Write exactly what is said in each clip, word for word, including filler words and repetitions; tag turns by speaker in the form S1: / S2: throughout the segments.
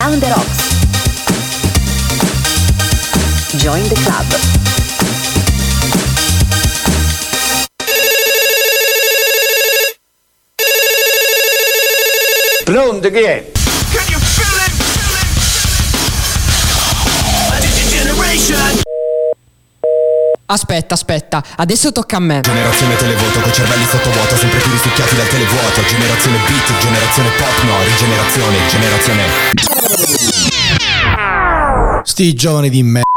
S1: On the Rocks. Join the club.
S2: Pronto, chi è?
S3: Aspetta, aspetta, adesso tocca a me.
S4: Generazione televoto con cervelli sottovuoto, sempre più risucchiati dal televuoto. Generazione beat, generazione pop, no, rigenerazione, generazione.
S5: Sti giovani di me.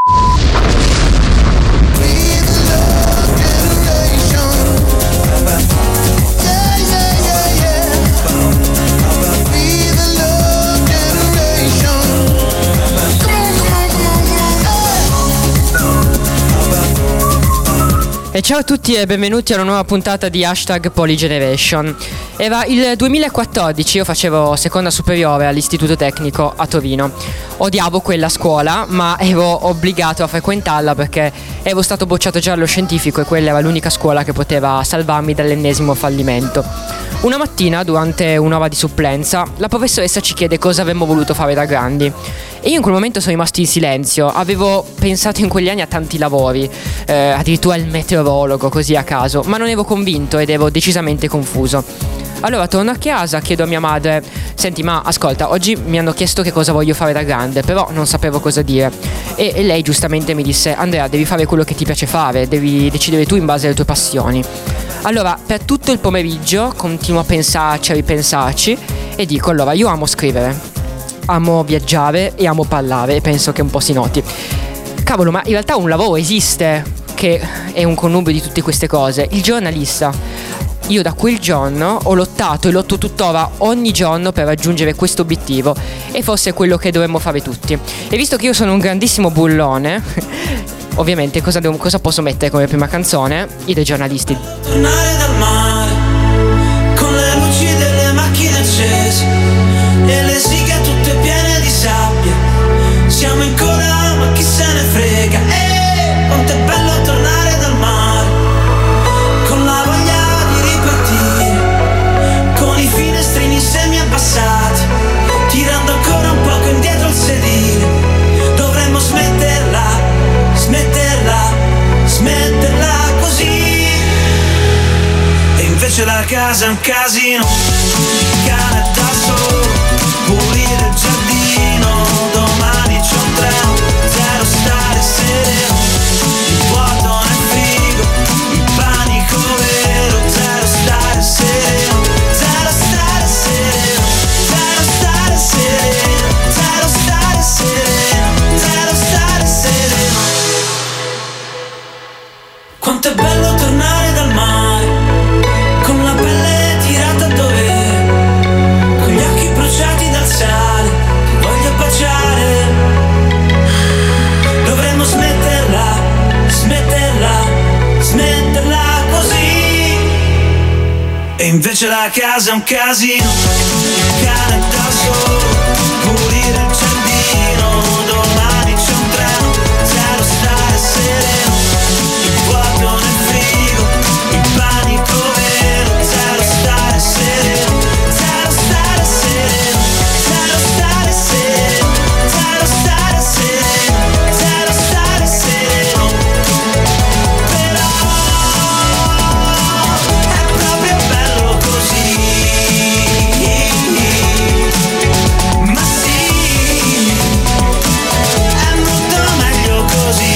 S3: E ciao a tutti e benvenuti a una nuova puntata di Hashtag Polygeneration. Era il duemilaquattordici, io facevo seconda superiore all'istituto tecnico a Torino. Odiavo quella scuola, ma ero obbligato a frequentarla perché ero stato bocciato già allo scientifico e quella era l'unica scuola che poteva salvarmi dall'ennesimo fallimento. Una mattina, durante un'ora di supplenza, la professoressa ci chiede cosa avremmo voluto fare da grandi. E io in quel momento sono rimasto in silenzio. Avevo pensato in quegli anni a tanti lavori, eh, addirittura il meteorologo, così a caso, ma non ero convinto ed ero decisamente confuso. Allora torno a casa, chiedo a mia madre: senti, ma ascolta, oggi mi hanno chiesto che cosa voglio fare da grande, però non sapevo cosa dire. E, e lei giustamente mi disse: Andrea, devi fare quello che ti piace fare, devi decidere tu in base alle tue passioni. Allora per tutto il pomeriggio continuo a pensarci, a ripensarci e dico: allora, io amo scrivere, amo viaggiare e amo parlare, e penso che un po' si noti. Cavolo, ma in realtà un lavoro esiste che è un connubio di tutte queste cose: il giornalista. Io da quel giorno ho lottato e lotto tuttora ogni giorno per raggiungere questo obiettivo, e forse è quello che dovremmo fare tutti. E visto che io sono un grandissimo bullone, ovviamente cosa, devo, cosa posso mettere come prima canzone? I dei giornalisti.
S6: Tornare dal mare con le luci delle macchine accese e le sighe tutte piene di sabbia. Siamo in coda ma chi se ne frega. E quanto è bello tornare dal mare con la voglia di ripartire, con i finestrini semi abbassati, tirando ancora un poco indietro il sedile. Dovremmo smetterla, smetterla, smetterla così. E invece la casa è un casino, il cane è da solo, pulire il giardino, domani c'è un treno, zero stare sereno, il vuoto nel frigo, il panico vero, zero stare sereno, zero stare sereno, zero stare sereno, zero stare sereno, zero stare sereno. Quanto è bello tornare dal mare con la pelle tirata a dovere, con gli occhi bruciati dal sale, ti voglio baciare. Dovremmo smetterla, smetterla, smetterla così. E invece la casa è un casino, il cane è da solo, pulire il giardino, domani c'è un treno, zero stare sereno, il vuoto nel frigo, il panico vero, zero stare sereno, zero stare sereno, zero stare sereno, zero stare sereno, zero stare sereno. Però è proprio bello così, ma sì, è molto meglio così.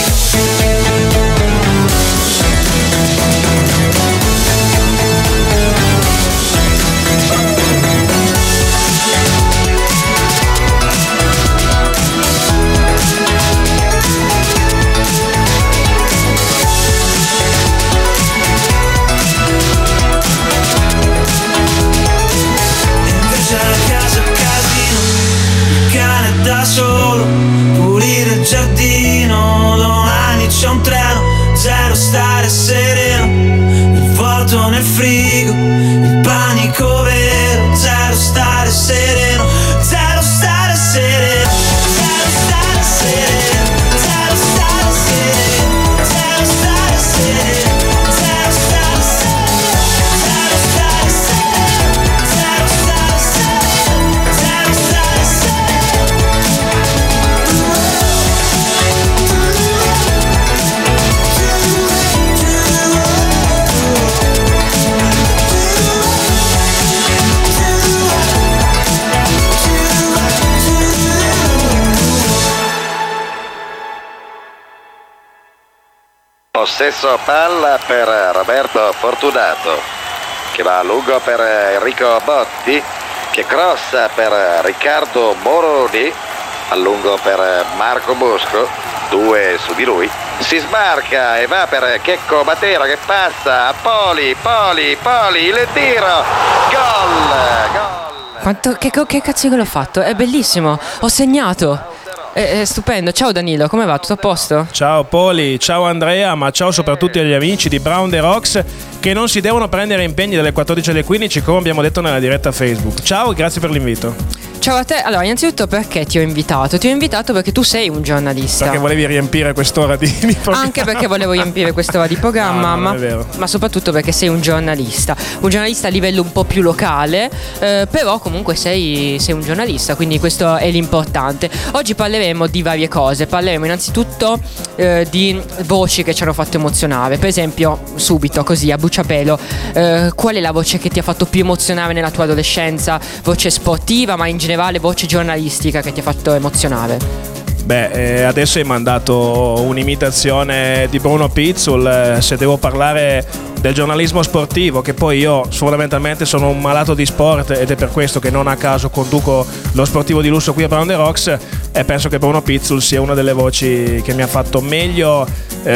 S6: Invece la casa è un casino, il cane è da solo, pulire il giardino, domani c'è un treno, zero stare sereno, il vuoto nel frigo, il panico vero, zero stare sereno, zero stare sereno, zero stare sereno, zero stare sereno, zero stare sereno, zero stare sereno, zero stare sereno, zero stare sereno, zero stare sereno,
S2: possesso palla per Roberto Fortunato, che va a lungo per Enrico Botti, che crossa per Riccardo Moroni, a lungo per Marco Bosco, due su di lui, si smarca e va per Checco Matera che passa a Poli, Poli, Poli, il tiro, gol, gol.
S3: Quanto, che, che cazzo l'ho fatto? È bellissimo, ho segnato. È, è stupendo. Ciao Danilo, come va? Tutto a posto?
S7: Ciao Poli, ciao Andrea, ma ciao soprattutto agli amici di Brown the Rocks, che non si devono prendere impegni dalle quattordici alle quindici, come abbiamo detto nella diretta Facebook. Ciao e grazie per l'invito.
S3: Ciao a te. Allora, innanzitutto perché ti ho invitato? Ti ho invitato perché tu sei un giornalista.
S7: Perché volevi riempire quest'ora di, di programma.
S3: Anche perché volevo riempire quest'ora di programma,
S7: no, no,
S3: ma,
S7: non è vero.
S3: ma soprattutto perché sei un giornalista. Un giornalista a livello un po' più locale, eh, però comunque sei, sei un giornalista, quindi questo è l'importante. Oggi parleremo di varie cose. Parleremo innanzitutto eh, di voci che ci hanno fatto emozionare. Per esempio, subito, così, a bruciapelo, eh, qual è la voce che ti ha fatto più emozionare nella tua adolescenza? Voce sportiva, ma in generale voce giornalistica che ti ha fatto emozionare?
S7: Beh, eh, adesso hai mandato un'imitazione di Bruno Pizzul. Eh, se devo parlare del giornalismo sportivo, che poi io fondamentalmente sono un malato di sport ed è per questo che non a caso conduco lo sportivo di lusso qui a Brown the Rocks, e penso che Bruno Pizzul sia una delle voci che mi ha fatto meglio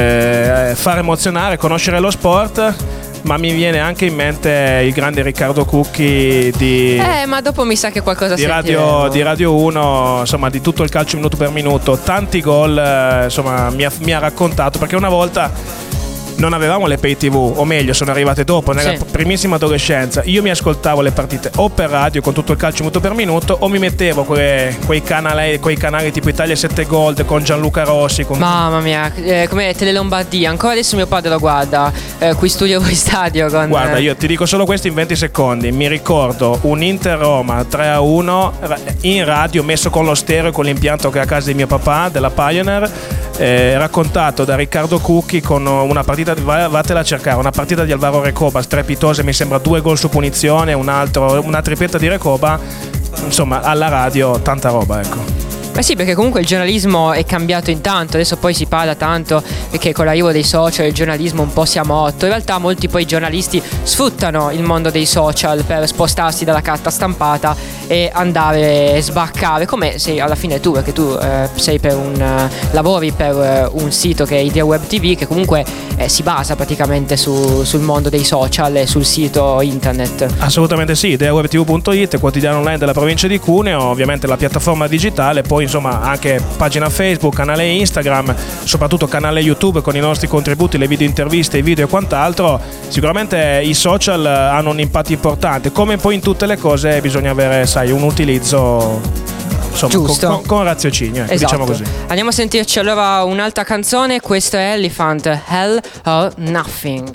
S7: eh, far emozionare, conoscere lo sport. Ma mi viene anche in mente il grande Riccardo Cucchi di
S3: Eh, ma dopo mi sa che qualcosa
S7: di Radio, di Radio uno, insomma, di tutto il calcio minuto per minuto, tanti gol, eh, insomma, mi ha, mi ha raccontato, perché una volta non avevamo le pay tv, o meglio sono arrivate dopo, nella
S3: sì.
S7: primissima adolescenza. Io mi ascoltavo le partite o per radio con tutto il calcio minuto per minuto, o mi mettevo quei, quei, canali, quei canali tipo Italia sette Gold con Gianluca Rossi con...
S3: Mamma mia, eh, come Tele Lombardia. Ancora adesso mio padre lo guarda, eh, qui studio voi stadio con,
S7: Guarda,
S3: eh...
S7: io ti dico solo questo in venti secondi. Mi ricordo un Inter Roma tre a uno in radio, messo con lo stereo e con l'impianto che è a casa di mio papà, della Pioneer, eh, raccontato da Riccardo Cucchi, con una partita, vatela a cercare, una partita di Alvaro Recoba strepitosa, mi sembra due gol su punizione, un altro, una tripletta di Recoba, insomma alla radio tanta roba, ecco.
S3: Eh sì, perché comunque il giornalismo è cambiato in tanto. Adesso poi si parla tanto che con l'arrivo dei social il giornalismo un po' sia morto. In realtà molti poi giornalisti sfruttano il mondo dei social per spostarsi dalla carta stampata e andare a sbarcare, come sei alla fine tu, perché tu eh, sei per un eh, lavori per eh, un sito che è Idea Web T V, che comunque eh, si basa praticamente su, sul mondo dei social e sul sito internet.
S7: Assolutamente sì, idea web t v punto it, quotidiano online della provincia di Cuneo, ovviamente la piattaforma digitale, poi insomma anche pagina Facebook, canale Instagram, soprattutto canale YouTube con i nostri contributi, le video interviste, i video e quant'altro. Sicuramente i social hanno un impatto importante, come poi in tutte le cose bisogna avere, sai, un utilizzo insomma
S3: giusto,
S7: con, con, con raziocinio, ecco,
S3: esatto.
S7: diciamo così.
S3: Andiamo a sentirci allora un'altra canzone. Questo è Elephant, Hell or Nothing.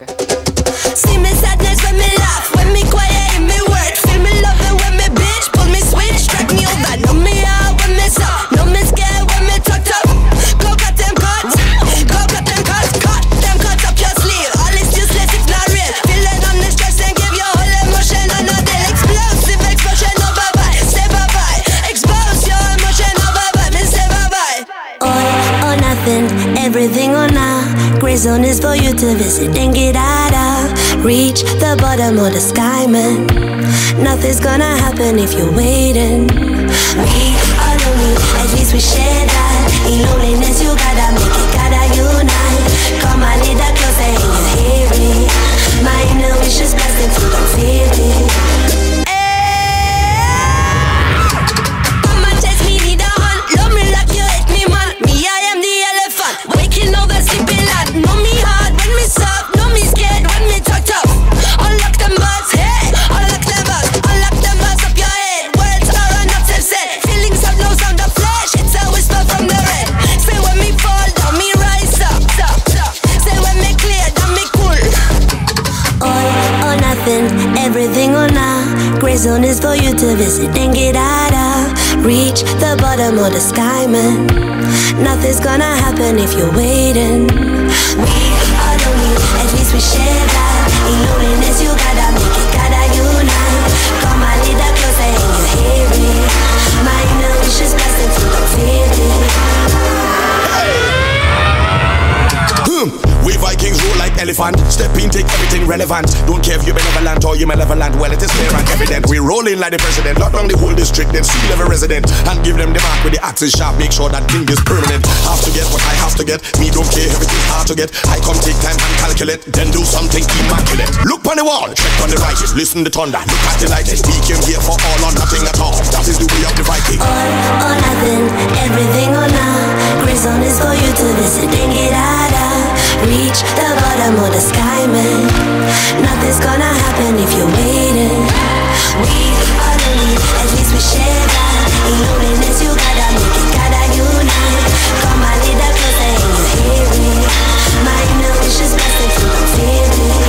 S8: See me sadness when me laugh, when me quiet in me words. Feel me love it when me bitch, pull me switch, track me over. Know me out when me soft, know me scared when me tucked up. Go cut them cuts, go cut them cuts, cut them cuts up your sleeve. All is useless, it's not real. Feeling on the stress and give your whole emotion another explosive explosion. Oh bye bye, say bye bye. Expose your emotion. Oh bye bye, me say bye bye. All or nothing, everything or nah. Gray zone is for you to visit and get out of. Reach the bottom of the sky, man. Nothing's gonna happen if you're waiting. We are lonely, at least we share that. In loneliness you gotta make it, gotta unite. Come a little closer and you hear it. My inner wish is blasting through the feeling. Come and chase me, need a hunt. Love me like you hate me, man. Me, I am the elephant. Waking over sleeping lad. Know me hard when me soft. Know me scared when me talk tough. Unlock them bars, hey. Unlock them bars. Unlock them bars up your head. Words are enough self-said. Feelings have no sound of flesh. It's a whisper from the red. Say when me fall down, me rise up, up, up. Say when me clear, then me cool. All or nothing, everything or nah. Gray zone is for you to visit and get out of. Reach the bottom of the sky, man. Nothing's gonna happen if you're waiting. We are lonely, at least we share that. In loneliness you gotta make it, gotta unite. Come a little closer and you hear it. My inner wish is blasting through the feeling.
S4: We Viking relevant. Don't care if you're benevolent or you're malevolent. Well, it is clear and evident. We roll in like the president, lock down the whole district, then seal every resident and give them the mark with the axis sharp. Make sure that thing is permanent. Have to get what I have to get. Me don't care, everything's hard to get. I come take time and calculate, then do something immaculate. Look on the wall, check on the right, listen to thunder. Look at the light, we came here for all or nothing at all. That is the way of the Viking.
S8: All or nothing, everything or none. Grace on is for you to visit and get out of. Reach the bottom of the sky, man. Nothing's gonna happen if you're waiting. We are the lead, at least we share that. In loneliness you gotta make it, gotta unite. Come a little closer and you hear it. My inner wish is blessed if you don't feel it.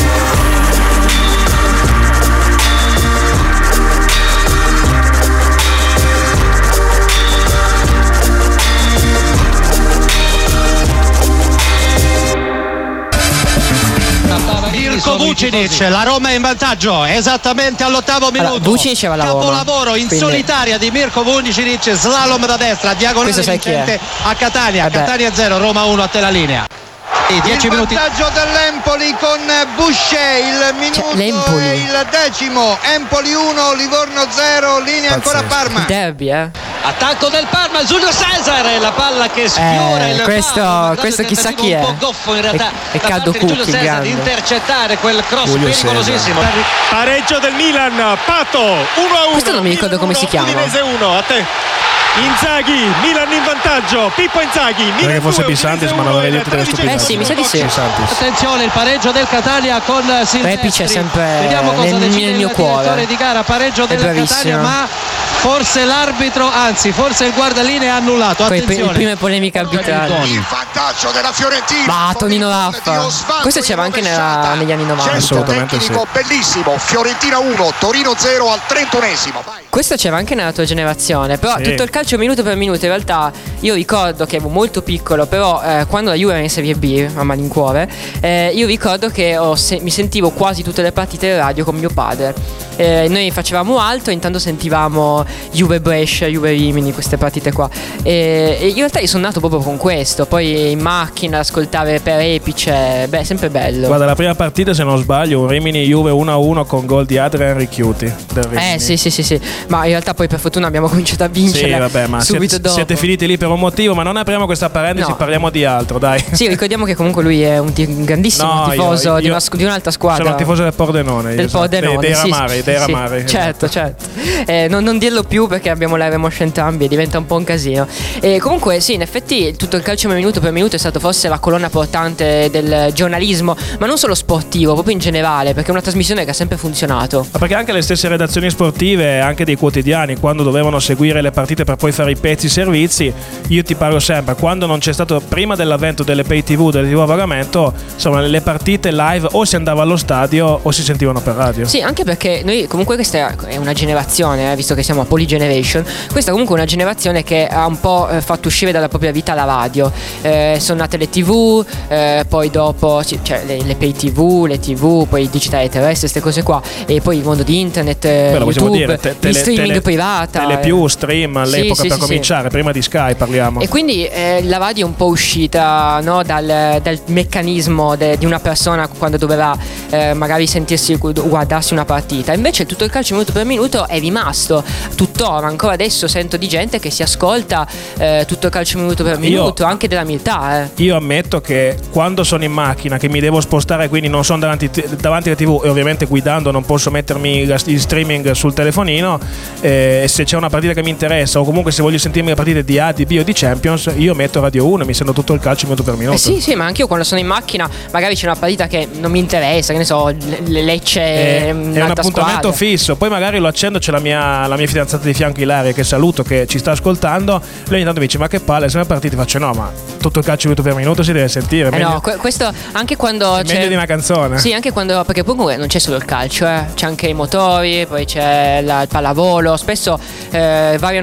S9: Mirko Vucinic, la Roma è in vantaggio esattamente all'ottavo minuto.
S3: Allora, Vucinic va alla Roma.
S9: Capolavoro in
S3: Quindi...
S9: solitaria di Mirko Vucinic, slalom da destra, diagonale vincente a Catania.
S3: Vabbè.
S9: Catania zero, Roma uno a te la linea. dieci
S10: il
S9: minuti.
S10: vantaggio dell'Empoli con Boucher, il minuto
S3: cioè,
S10: è il decimo. Empoli uno, Livorno zero, linea ancora Parma.
S3: Il derby, eh.
S9: Attacco del Parma, Giulio Cesar, la palla che sfiora
S3: eh,
S9: il
S3: questo,
S9: palo,
S3: questo chissà chi è.
S9: Un po' goffo in realtà.
S3: E, e
S9: da
S3: Caddo
S9: parte di Giulio
S3: Cucchi,
S9: Cesar
S3: grande.
S9: di intercettare quel cross
S7: Giulio
S9: pericolosissimo.
S7: Cesar.
S11: Pareggio del Milan, Pato uno a uno.
S3: Questo non mi ricordo come si chiama.
S11: Udinese uno, a te. Inzaghi, Milan in vantaggio, Pippo Inzaghi.
S7: Perché fosse Pisantis, ma non avrei detto delle stupidate.
S3: Eh sì, mi sa di sì.
S9: Attenzione, il pareggio del Catania con Silvestri.
S3: Repic è sempre
S9: Vediamo cosa
S3: nel,
S9: decide
S3: nel mio
S9: il
S3: cuore.
S9: direttore di gara, pareggio del Catania, ma forse l'arbitro, anzi forse il guardalinee ha annullato.
S3: Poi
S9: Attenzione.
S3: le prime polemiche arbitrali.
S10: Il vantaggio della Fiorentina.
S3: Ma Tonino Raffa. Questo c'era anche nella, negli anni novanta.
S7: Assolutamente sì.
S10: Bellissimo, Fiorentina uno, Torino zero al trentunesimo. Vai.
S3: Questo c'era anche nella tua generazione. Però
S7: Sì.
S3: tutto il calcio minuto per minuto. In realtà io ricordo che ero molto piccolo. Però eh, quando la Juve era in Serie B a malincuore, eh, io ricordo che ho se- mi sentivo quasi tutte le partite radio con mio padre. Eh, noi facevamo altro, intanto sentivamo Juve Brescia, Juve Rimini, queste partite qua. E, e in realtà io sono nato proprio con questo. Poi in macchina ascoltare per Epice, beh, sempre bello.
S7: Guarda, la prima partita, se non sbaglio, un Rimini Juve uno a uno con gol di Adrian Richiuti.
S3: Eh sì sì sì sì. Ma in realtà poi per fortuna abbiamo cominciato a vincere.
S7: Sì, vabbè, ma
S3: subito
S7: siete,
S3: dopo.
S7: siete finiti lì per un motivo, ma non apriamo questa parentesi,
S3: No.
S7: parliamo di altro, dai.
S3: Sì, ricordiamo che comunque lui è un, ti- un grandissimo
S7: No,
S3: tifoso
S7: io-
S3: di,
S7: io
S3: una scu- di un'altra squadra.
S7: Sono tifoso del Pordenone. io
S3: Del
S7: sono-
S3: Pordenone,
S7: dei, dei
S3: sì,
S7: Ramari,
S3: sì,
S7: dei
S3: sì.
S7: Ramari.
S3: Certo, certo. Eh, non, non dirlo più perché abbiamo la remoscia entrambi e diventa un po' un casino. E comunque sì, in effetti tutto il calcio minuto per minuto è stato forse la colonna portante del giornalismo, ma non solo sportivo, proprio in generale, perché è una trasmissione che ha sempre funzionato.
S7: Ma perché anche le stesse redazioni sportive, anche dei quotidiani, quando dovevano seguire le partite per poi fare i pezzi, i servizi, io ti parlo sempre, quando non c'è stato, prima dell'avvento delle pay tv, delle tv a pagamento, insomma le partite live o si andava allo stadio o si sentivano per radio.
S3: Sì, anche perché noi comunque questa è una generazione, eh, visto che siamo a Poly Generation, questa comunque è una generazione che ha un po' eh, fatto uscire dalla propria vita la radio. Eh, sono nate le tv, eh, poi dopo sì, cioè le, le pay tv, le tv, poi il digitale terrestre, queste cose qua, e poi il mondo di internet, eh,
S7: Beh, lo possiamo
S3: YouTube,
S7: dire, te-
S3: il
S7: tele-
S3: streaming
S7: tele-
S3: privata.
S7: Tele
S3: eh.
S7: più, stream all'epoca
S3: Sì, sì,
S7: per
S3: sì,
S7: cominciare,
S3: sì.
S7: prima di Sky parliamo.
S3: E quindi eh, la radio è un po' uscita, no, dal, dal meccanismo de- di una persona quando doveva eh, magari sentirsi, guardarsi una partita. Invece tutto il calcio minuto per minuto è rimasto tuttora. Ancora adesso sento di gente che si ascolta eh, tutto il calcio minuto per minuto,
S7: Io-
S3: anche della mia età. Eh.
S7: Io ammetto che quando sono in macchina, che mi devo spostare, quindi non sono davanti, davanti alla tivù, e ovviamente guidando non posso mettermi in streaming sul telefonino, eh, se c'è una partita che mi interessa o comunque se voglio sentirmi le partite di A, di B o di Champions, io metto Radio uno e mi sento tutto il calcio minuto per minuto.
S3: Eh sì, sì, ma anche io quando sono in macchina magari c'è una partita che non mi interessa, che ne so, le Lecce
S7: È, è un
S3: un'altra
S7: appuntamento
S3: squadra.
S7: fisso, poi magari lo accendo, c'è la mia, la mia fidanzata di fianco Ilaria, che saluto, che ci sta ascoltando. Lei ogni tanto mi dice: ma che palle, siamo partiti? Faccio no, ma tutto il calcio minuto per minuto si deve sentire.
S3: Eh
S7: meglio,
S3: no, que- questo anche quando
S7: è
S3: c'è
S7: meglio di una canzone.
S3: Sì, anche quando, perché poi non c'è solo il calcio, eh. C'è anche i motori, poi c'è la- il pallavolo. Spesso eh, variano su-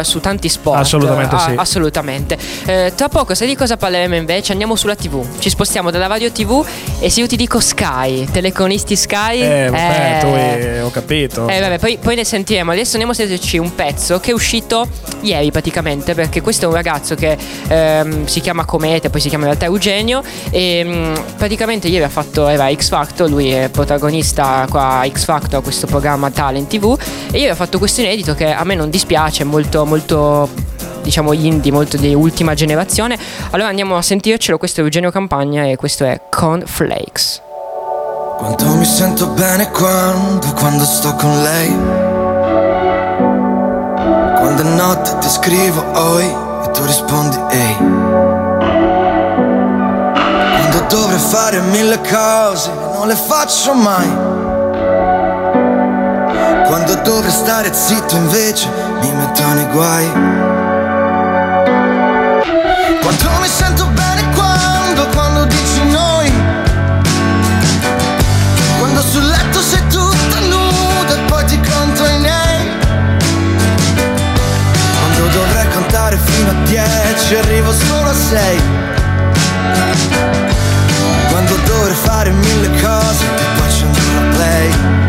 S3: su tanti sport.
S7: Assolutamente sì.
S3: Assolutamente. Eh, tra poco, sai di cosa parleremo invece? Andiamo sulla tivù. Ci spostiamo dalla radio tivù e se io ti dico Sky, telecronisti Sky.
S7: Eh, vabbè, tu eh, ho capito.
S3: Eh, vabbè, poi, poi ne sentiremo. Adesso andiamo a sentirci un pezzo che è uscito ieri praticamente, perché questo è un ragazzo che ehm, si chiama Comete, poi si chiama in realtà Eugenio e mh, praticamente ieri ha fatto, era X Factor, lui è protagonista qua a X Factor, questo programma Talent tivù, e ieri ha fatto questo inedito che a me non dispiace, molto molto diciamo indie, molto di ultima generazione. Allora andiamo a sentircelo. Questo è Eugenio Campagna e questo è Cornflakes.
S12: Quanto mi sento bene quando, quando sto con lei. Quando è notte ti scrivo oi e tu rispondi ehi. Quando dovrei fare mille cose non le faccio mai. Quando dovrei stare zitto invece mi metto nei guai. Quanto mi sento bene quando, quando dici noi. Quando sul letto sei tutta nuda e poi ti conto i miei. Quando dovrei contare fino a dieci arrivo solo a sei. Quando dovrei fare mille cose e poi c'è una play.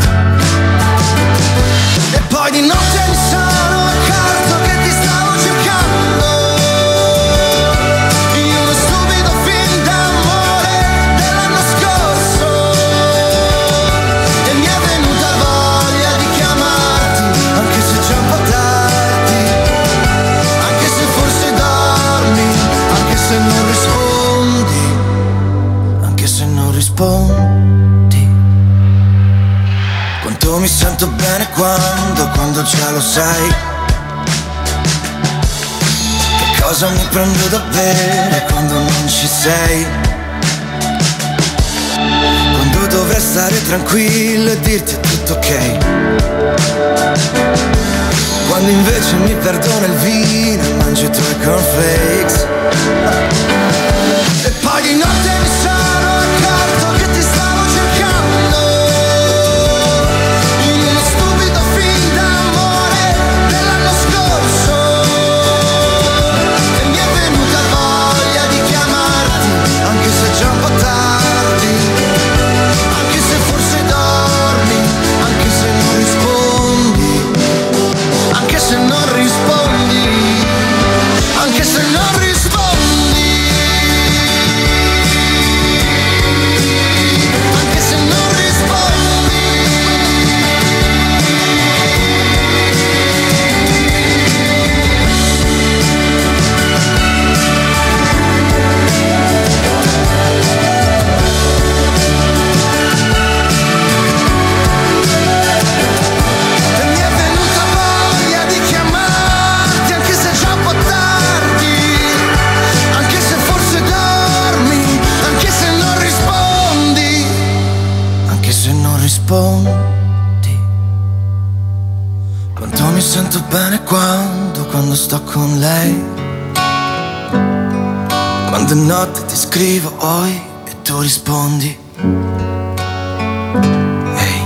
S12: E poi di notte mi sono accorto che ti stavo cercando. Io uno stupido film d'amore dell'anno scorso. E mi è venuta voglia di chiamarti, anche se c'è un po' tardi. Anche se forse dormi, anche se non rispondi. Anche se non rispondi. Quanto mi sento bene quando, quando già lo sai. Che cosa mi prendo da bere quando non ci sei. Quando dovrei stare tranquillo e dirti è tutto ok. Quando invece mi perdona il vino e mangio i tuoi cornflakes. E poi di notte mi sono accorto che ti stavo cercando. In uno stupido film d'amore dell'anno scorso. E mi è venuta voglia di chiamarti, anche se è già un po' tardi. Anche se forse dormi, anche se non rispondi. Anche se non rispondi. Anche se non rispondi. Quanto mi sento bene quando, quando sto con lei. Quando è notte ti scrivo oi e tu rispondi ehi.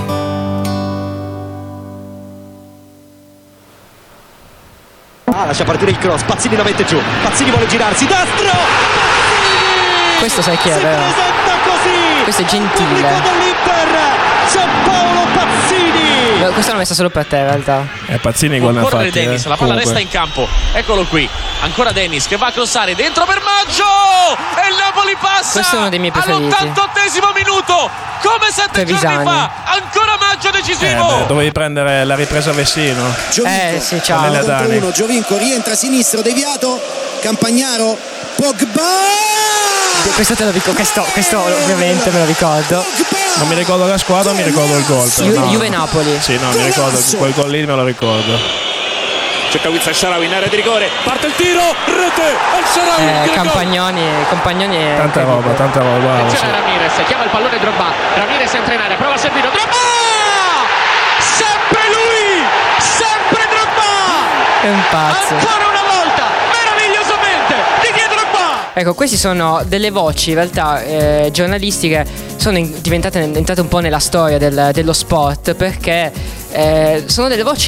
S11: Ah, lascia partire il cross, Pazzini lo mette giù, Pazzini vuole girarsi, destro!
S3: Questo sai chi è, vero? Questo è Gentile.
S11: Giampaolo Pazzini.
S3: No, questa l'ho messa solo per te in realtà.
S7: È Pazzini gol ne ha fatti,
S13: Dennis,
S7: eh.
S13: la palla
S7: Comunque.
S13: resta in campo. Eccolo qui. Ancora Dennis che va a crossare dentro per Maggio. E il Napoli passa.
S3: Questo è uno dei miei preferiti.
S13: All'ottantottesimo minuto. Come sette giorni fa. Ancora Maggio decisivo.
S7: Eh, beh, dovevi prendere la ripresa Vessino.
S14: Giovinco,
S3: eh sì, ciao.
S14: contro uno, Giovinco rientra a sinistro, deviato. Campagnaro, Pogba.
S3: Questo te lo ricordo, questo, questo ovviamente me lo ricordo.
S7: Non mi ricordo la squadra, mi ricordo il gol.
S3: Ju-
S7: no.
S3: Juve Napoli.
S7: Sì, no, mi ricordo quel gol lì, me lo ricordo.
S11: Cerca Wizza Sharawi in area di rigore. Parte il tiro, rete al Sharawi.
S3: Eh, Campagnoni, Campagnoni è
S7: tanta roba, tanta roba. Bravo, sì.
S13: Ramirez chiama il pallone Drogba. Ramirez entra in area, prova a servire. Drogba! Sempre lui! Sempre Drogba!
S3: È un pazzo.
S13: Ancora una volta, meravigliosamente, Didier Drogba!
S3: Ecco, questi sono delle voci in realtà eh, giornalistiche, sono in- diventate entrate un po' nella storia del- dello sport, perché eh, sono delle voci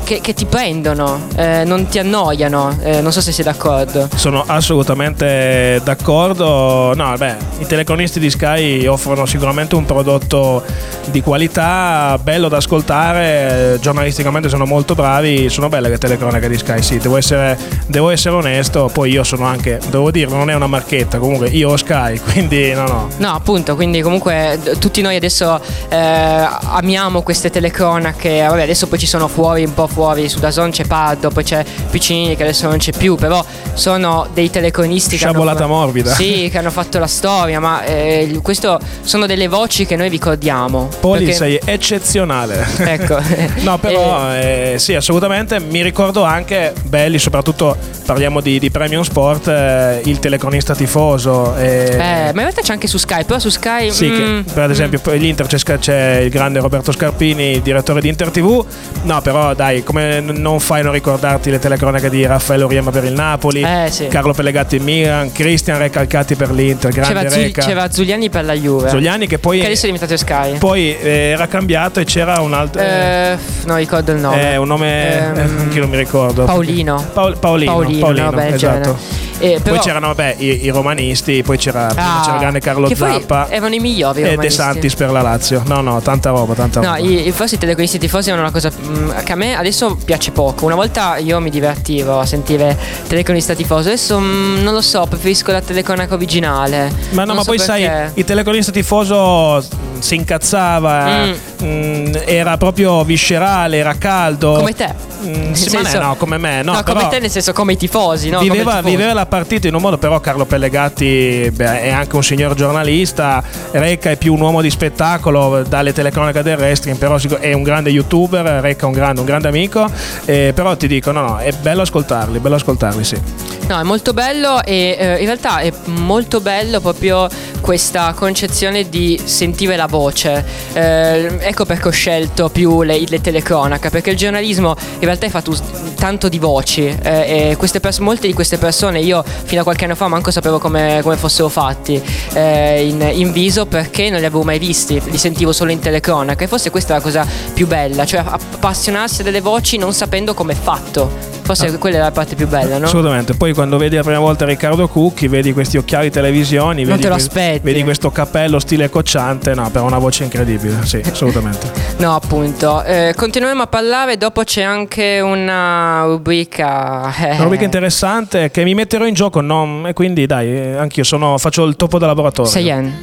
S3: che, che ti prendono, eh, non ti annoiano, eh, non so se sei d'accordo.
S7: Sono assolutamente d'accordo. No, beh, i telecronisti di Sky offrono sicuramente un prodotto di qualità, bello da ascoltare, giornalisticamente sono molto bravi, sono belle le telecronache di Sky, sì, devo essere, devo essere onesto, poi io sono anche, devo dirlo, non è una marchetta, comunque io ho Sky, quindi no no.
S3: No, appunto, quindi comunque tutti noi adesso eh, amiamo queste telecronache, vabbè, adesso poi ci sono fuori, un po' fuori, su DAZN c'è Paddo, poi c'è Piccinini che adesso non c'è più, però sono dei telecronisti
S7: sciabolata
S3: che hanno,
S7: morbida.
S3: Sì, che hanno fatto la storia, ma eh, questo sono delle voci che noi ricordiamo.
S7: Poli,
S3: perché...
S7: sei eccezionale.
S3: Ecco.
S7: No, però eh... Eh, sì, assolutamente. Mi ricordo anche belli, soprattutto parliamo di, di Premium Sport, eh, il telecronista tifoso. Eh,
S3: eh, ma in realtà c'è anche su Sky, però su Sky.
S7: Sì, mm, che, per ad esempio, mm. l'Inter c'è, c'è il grande Roberto Scarpini, il direttore di Inter tivù. No, però dai, come non fai a non ricordarti le telecronache di Raffaello Riema per il Napoli,
S3: eh, sì.
S7: Carlo Pellegatti in Milan, Cristian Recalcati per l'Inter, grande
S3: c'era,
S7: Reca.
S3: Zul- c'era Zuliani per la Juve.
S7: Zuliani che poi
S3: che adesso è diventato Sky.
S7: Poi eh, era cambiato e c'era un altro.
S3: Eh, non ricordo il nome.
S7: Eh, un nome
S3: ehm,
S7: eh, anche io non mi ricordo.
S3: Paolino.
S7: Paol- Paolino.
S3: Paolino,
S7: Paolino,
S3: vabbè,
S7: esatto.
S3: Eh, però...
S7: Poi c'erano vabbè, i, i romanisti, poi c'era,
S3: ah,
S7: c'era il grande Carlo
S3: che
S7: Zappa.
S3: Erano i migliori.
S7: E De Santis per la Lazio. No, no, tanta roba, tanta
S3: no,
S7: roba.
S3: i, forse i telecronisti tifosi erano una cosa mh, che a me adesso piace poco. Una volta io mi divertivo a sentire telecronista tifoso, adesso mh, non lo so, preferisco la telecronaca originale.
S7: Ma no,
S3: non
S7: ma
S3: so
S7: poi
S3: perché.
S7: sai, il telecronista tifoso si incazzava, mm. mh, era proprio viscerale, era caldo.
S3: Come te.
S7: Mm, sì, senso, ma no, come me, no,
S3: no
S7: però
S3: come te nel senso come i tifosi, no?
S7: Viveva,
S3: come tifosi.
S7: viveva la partita in un modo, però Carlo Pellegatti beh, è anche un signor giornalista, Recca è più un uomo di spettacolo dalle telecronache del wrestling, però è un grande youtuber, Recca è un grande, un grande amico, eh, però ti dico no no, è bello ascoltarli, bello ascoltarli, sì.
S3: No, è molto bello e eh, in realtà è molto bello proprio questa concezione di sentire la voce. Eh, ecco perché ho scelto più le, le telecronache, perché il giornalismo in realtà è fatto tanto di voci eh, e queste pers- molte di queste persone io fino a qualche anno fa manco sapevo come, come fossero fatti eh, in, in viso, perché non li avevo mai visti, li sentivo solo in telecronaca, e forse questa è la cosa più bella, cioè appassionarsi delle voci non sapendo com'è fatto. Forse ah. quella è la parte più bella, no?
S7: Assolutamente. Poi quando vedi la prima volta Riccardo Cucchi, vedi questi occhiali televisioni,
S3: non
S7: vedi,
S3: te lo
S7: que-
S3: aspetti.
S7: vedi questo cappello stile Cocciante, no, per una voce incredibile, sì, assolutamente.
S3: No, appunto. Eh, continuiamo a parlare, dopo c'è anche una rubrica. Eh.
S7: Una rubrica interessante che mi metterò in gioco, no? E quindi dai, anch'io sono, faccio il topo da laboratorio.
S3: Cheyenne.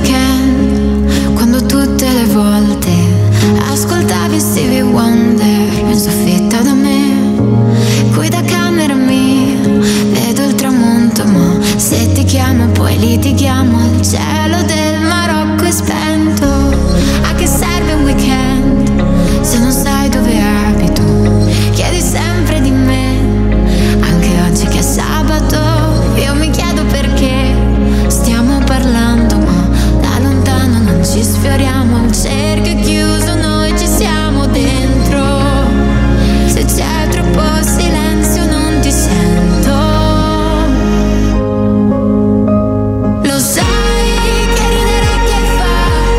S15: Weekend, quando tutte le volte ascoltavi Stevie Wonder in soffitta da me. Qui da camera mia vedo il tramonto, ma se ti chiamo poi litighiamo. Il cielo del Marocco è spento. A che serve un weekend se non sai dove abito? Chiedi sempre di me, anche oggi che è sabato. Io mi chiedo perché stiamo parlando, ma da lontano non ci sfioriamo. Il cerchio è chiuso, noi ci siamo dentro. Se c'è troppo silenzio non ti sento. Lo sai che ridere che fa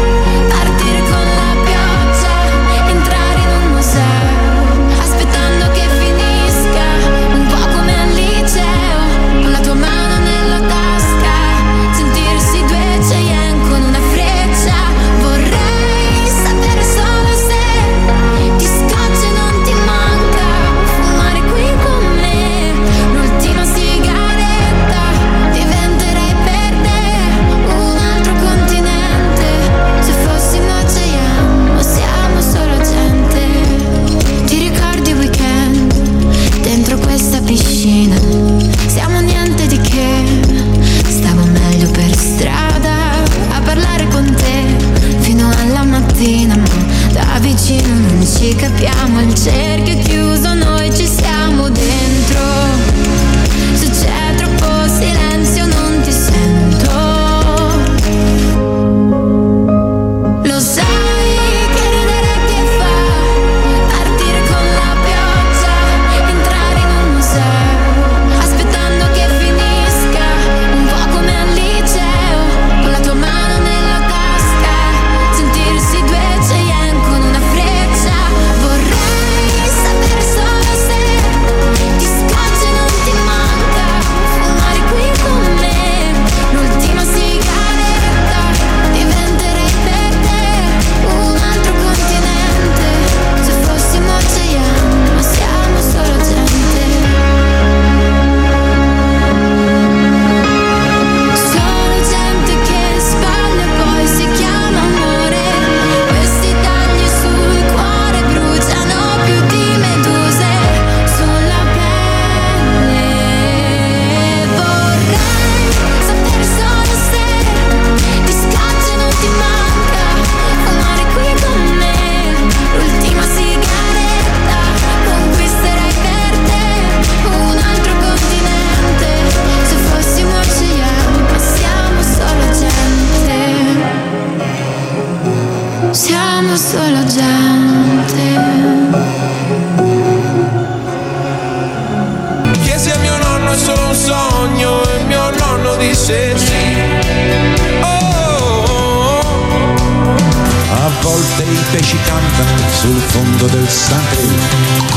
S12: fosse sì. Oh, a volte i pesci cantano sul fondo del Sante.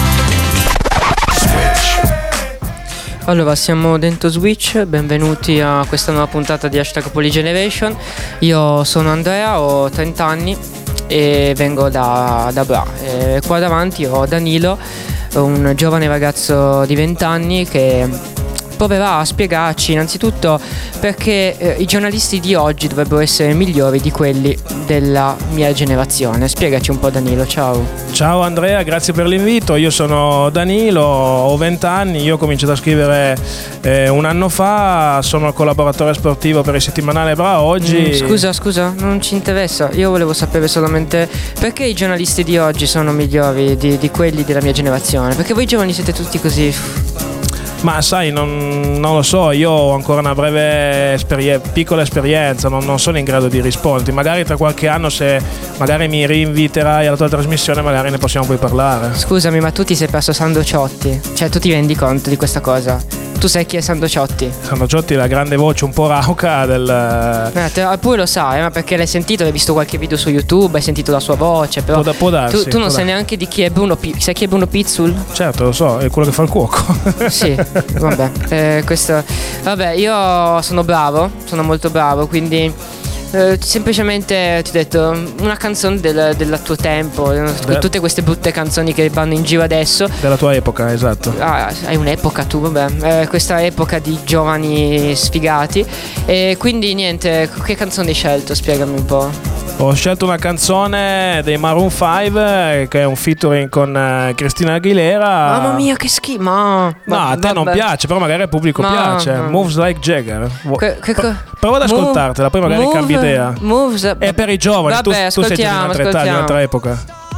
S3: Allora, siamo dentro Switch, benvenuti a questa nuova puntata di Hashtag Polygeneration. Io sono Andrea, ho trenta anni e vengo da, da Bra. E qua davanti ho Danilo, un giovane ragazzo di venti anni che proverà a spiegarci innanzitutto perché eh, i giornalisti di oggi dovrebbero essere migliori di quelli della mia generazione. Spiegaci un po', Danilo, ciao.
S7: Ciao Andrea, grazie per l'invito. Io sono Danilo, ho venti anni, io ho cominciato a scrivere eh, un anno fa, sono il collaboratore sportivo per il settimanale Bra oggi.
S3: Mm, scusa, scusa, non ci interessa, io volevo sapere solamente perché i giornalisti di oggi sono migliori di, di quelli della mia generazione, perché voi giovani siete tutti così.
S7: Ma sai, non, non lo so, io ho ancora una breve esperien- piccola esperienza, non, non sono in grado di risponderti. Magari tra qualche anno, se magari mi rinviterai alla tua trasmissione, magari ne possiamo poi parlare.
S3: Scusami, ma tu ti sei perso Sandro Ciotti? Cioè, tu ti rendi conto di questa cosa? Tu sai chi è Sandro Ciotti?
S7: Sandro Ciotti, la grande voce un po' rauca del...
S3: Eh, te, pure lo sai, ma perché l'hai sentito, hai visto qualche video su YouTube, hai sentito la sua voce, però
S7: può, può darsi,
S3: tu, tu non
S7: può
S3: sai
S7: darsi.
S3: neanche di chi è Bruno Pizzul. Sai chi è Bruno Pizzul?
S7: Certo, lo so, è quello che fa il cuoco.
S3: Sì, vabbè, eh, questo... Vabbè, io sono bravo, sono molto bravo, quindi... Uh, semplicemente ti ho detto una canzone del, del tuo tempo,
S7: De-
S3: tutte queste brutte canzoni che vanno in giro adesso.
S7: Della tua epoca, esatto.
S3: Ah, hai un'epoca tu, vabbè, eh, questa epoca di giovani sfigati. E quindi niente, che canzone hai scelto? Spiegami un po'.
S7: Ho scelto una canzone dei Maroon cinque che è un featuring con uh, Christina Aguilera.
S3: Mamma mia, che schifo. Ma,
S7: no, a te
S3: vabbè.
S7: non piace, però magari al pubblico
S3: Ma,
S7: piace.
S3: ma.
S7: Moves Like Jagger.
S3: Che, che,
S7: Pro- prova ad ascoltartela, poi magari
S3: move,
S7: cambi idea.
S3: Moves,
S7: è per i giovani,
S3: vabbè,
S7: tu, tu sei già di un'altra età, di un'altra epoca.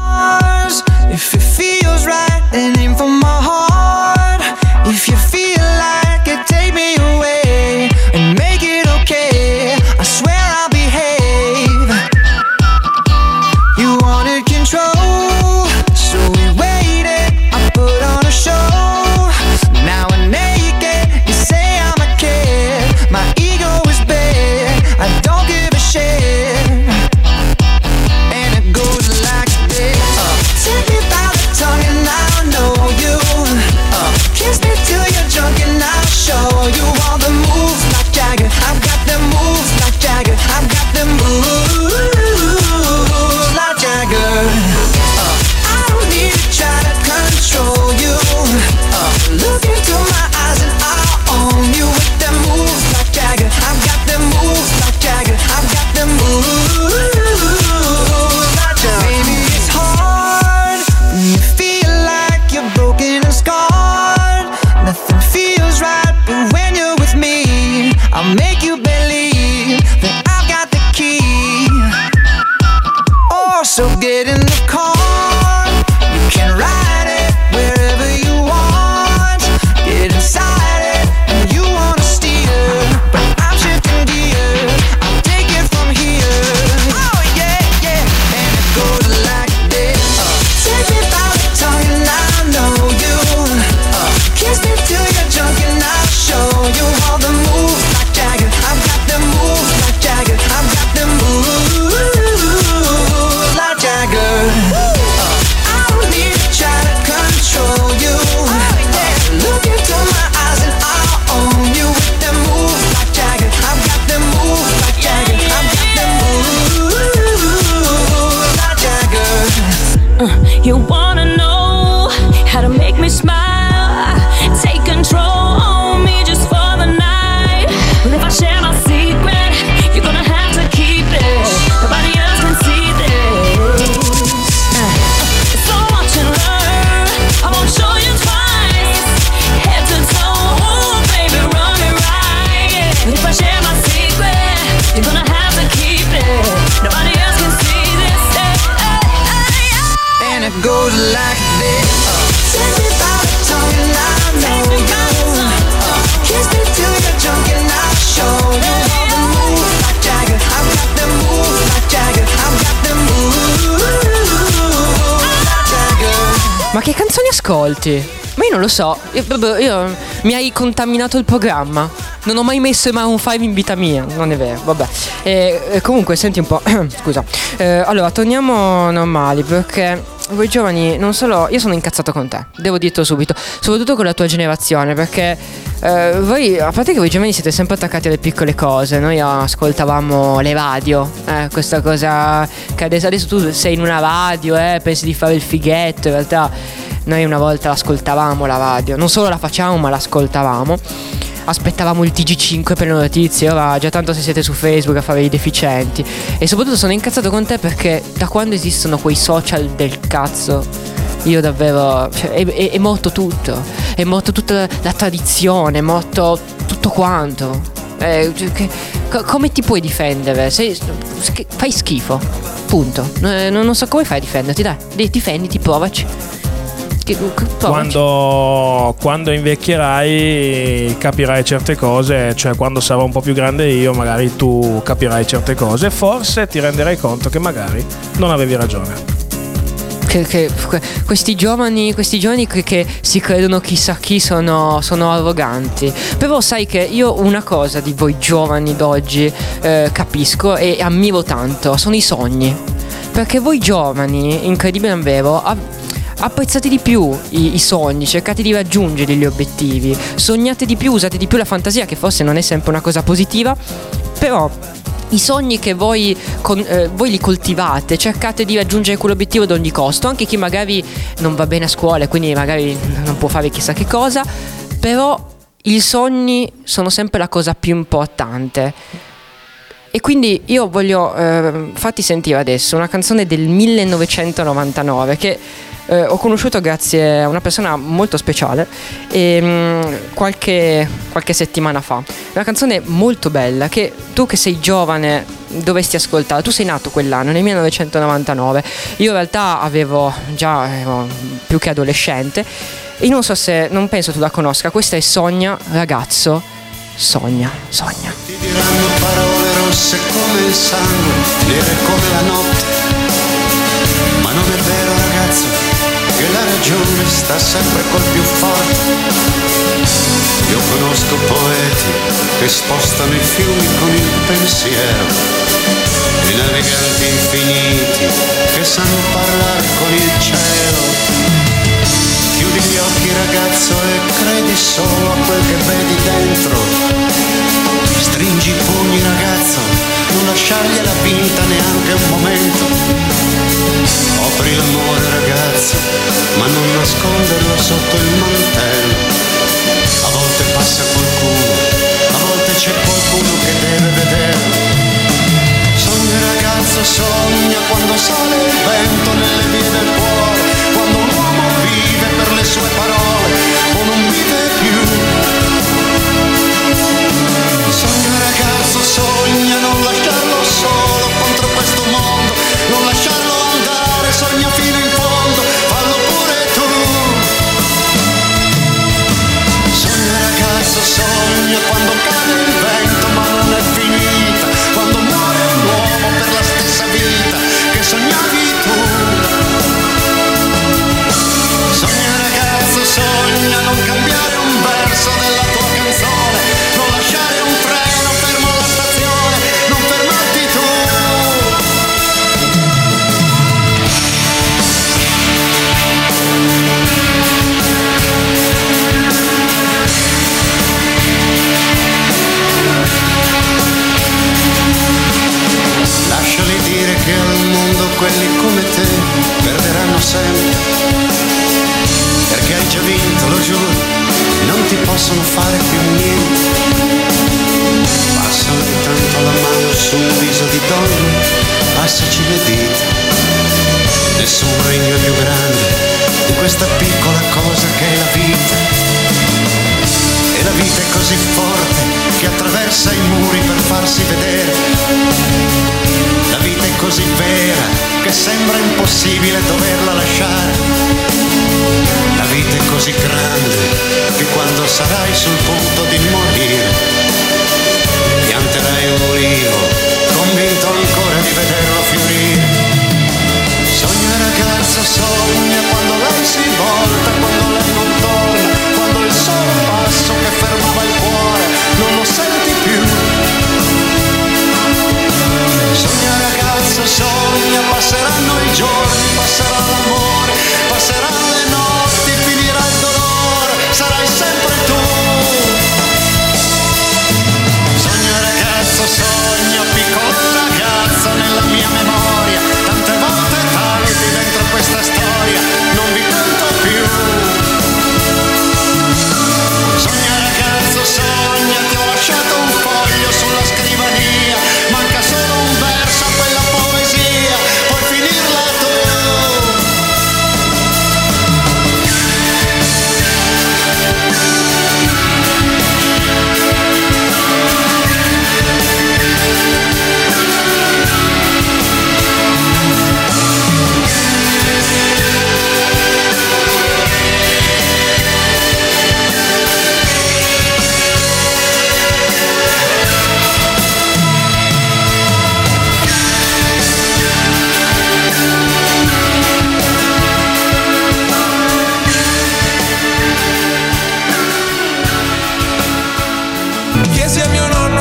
S12: If it feels right, then aim for my heart. If you feel like it, take me away and make it okay. I swear I'll behave. You wanted control, so we waited. I put on a show. Now I'm naked. You say I'm a kid. My ego is big. I don't give a shit. And it goes like this. Uh, take me by the tongue and I'll know you. Uh, kiss me till you're drunk and I'll show you all the moves like Jagger. I've got the moves like Jagger. I've got the moves like Jagger. Uh, I don't need to try to control you. Uh, look into my eyes and I'll own you with the moves like Jagger. I've got the moves like Jagger. I've got the moves like Jagger. Baby, it's hard when you feel like you're broken and scarred. Nothing feels right, but when you're with me, I'll make you believe that I've got the key. Oh, so get in the car. You can ride it wherever you want. Get inside it and you wanna steer, but I'm shifting gear. I'll take it from here. Oh yeah, yeah. And it goes like this. Uh, take me by the tongue and I know you. Uh, kiss me till you're drunk and I'll show you all the moves like Jagger. I've got the moves like Jagger. I've got the moves like Jagger. Uh, I don't need to try to control you. Uh, look into my eyes and I'll own you with the moves like Jagger. I've got the moves like Jagger. I've got the moves like Jagger.
S16: Uh, you wanna know how to make me smile? Take control on me just for the night. But if I share my secret, you're gonna have to keep it. Nobody else can see this. Uh, so watch and learn. I won't show you twice. Head to toe, oh baby, run it right. But if I share my secret, you're gonna have to keep it. Nobody else can see this. Hey, hey, hey, hey.
S12: And it goes
S3: ascolti? Ma io non lo so, io, proprio, io mi hai contaminato il programma. Non ho mai messo i Maroon cinque in vita mia. Non è vero, vabbè. E, e comunque senti un po'. Scusa. Eh, allora, torniamo normali, perché voi giovani, non solo. Io sono incazzato con te, devo dirtelo subito. Soprattutto con la tua generazione, perché eh, voi, a parte che voi giovani siete sempre attaccati alle piccole cose. Noi ascoltavamo le radio, eh, questa cosa che adesso, adesso tu sei in una radio, eh, pensi di fare il fighetto. In realtà noi una volta ascoltavamo la radio, non solo la facciamo ma l'ascoltavamo. Aspettavamo il T G cinque per le notizie. Ora già tanto se siete su Facebook a fare i deficienti. E soprattutto sono incazzato con te perché da quando esistono quei social del cazzo, io davvero, cioè, è, è, è morto tutto. È morto tutta la tradizione, è morto tutto quanto. eh, cioè, che, co- Come ti puoi difendere? Sei, fai schifo, punto. eh, non, non so come fai a difenderti. Dai, difenditi, provaci.
S7: Quando, quando invecchierai capirai certe cose, cioè quando sarò un po' più grande io magari tu capirai certe cose, forse ti renderai conto che magari non avevi ragione.
S3: Che, che, questi giovani, questi giovani che, che si credono chissà chi sono, sono arroganti. Però sai che io una cosa di voi giovani d'oggi eh, capisco e ammiro tanto, sono i sogni. Perché voi giovani, incredibile non vero, av- apprezzate di più i, i sogni, cercate di raggiungere gli obiettivi, sognate di più, usate di più la fantasia, che forse non è sempre una cosa positiva, però i sogni che voi, con, eh, voi li coltivate, cercate di raggiungere quell'obiettivo ad ogni costo, anche chi magari non va bene a scuola e quindi magari non può fare chissà che cosa, però i sogni sono sempre la cosa più importante. E quindi io voglio eh, farti sentire adesso una canzone del millenovecentonovantanove che eh, ho conosciuto grazie a una persona molto speciale e, mh, qualche, qualche settimana fa. Una canzone molto bella che tu che sei giovane dovresti ascoltare. Tu sei nato quell'anno, nel millenovecentonovantanove. Io in realtà avevo già ero più che adolescente e non so se, non penso tu la conosca. Questa è Sogna ragazzo, sogna, sogna.
S12: Ti diranno parole rosse come il sangue, nere come la notte, ma non è vero ragazzo che la ragione sta sempre col più forte. Io conosco poeti che spostano i fiumi con il pensiero e naviganti infiniti che sanno parlare con il cielo. Chiudi gli occhi ragazzo e credi solo a quel che vedi dentro. Stringi i pugni ragazzo, non lasciargliela vinta neanche un momento. Offri l'amore ragazzo, ma non nasconderlo sotto il mantello. A volte passa qualcuno, a volte c'è qualcuno che deve vederlo. Sogna ragazzo, sogna quando sale il vento nelle vie del cuore, quando un uomo vive per le sue parole o non vive più. Sogna ragazzo, sogna non lasciarlo solo contro questo mondo, non lasciarlo andare, sogna fino in fondo, fallo pure tu. Sogna ragazzo, sogna quando cade il vento ma non è finita, quando muore un uomo per la stessa vita che sognavi tu. Sogna ragazzo, sogna non cambiare un verso della tua canzone, non lasciare un treno fermo alla stazione, non fermarti tu. Lasciali dire che al mondo quelli come te perderanno sempre, perché hai già vinto, lo giuro, non ti possono fare più niente. Passa ogni tanto la mano su un viso di donna, passaci le dita. Nessun regno è più grande di questa piccola cosa che è la vita. E la vita è così forte che attraversa i muri per farsi vedere. La vita è così vera che sembra impossibile doverla lasciare. La vita è così grande che quando sarai sul punto di morire pianterai un ulivo, convinto ancora di vederlo fiorire. Sogna ragazzo, sogna quando lei si volta, quando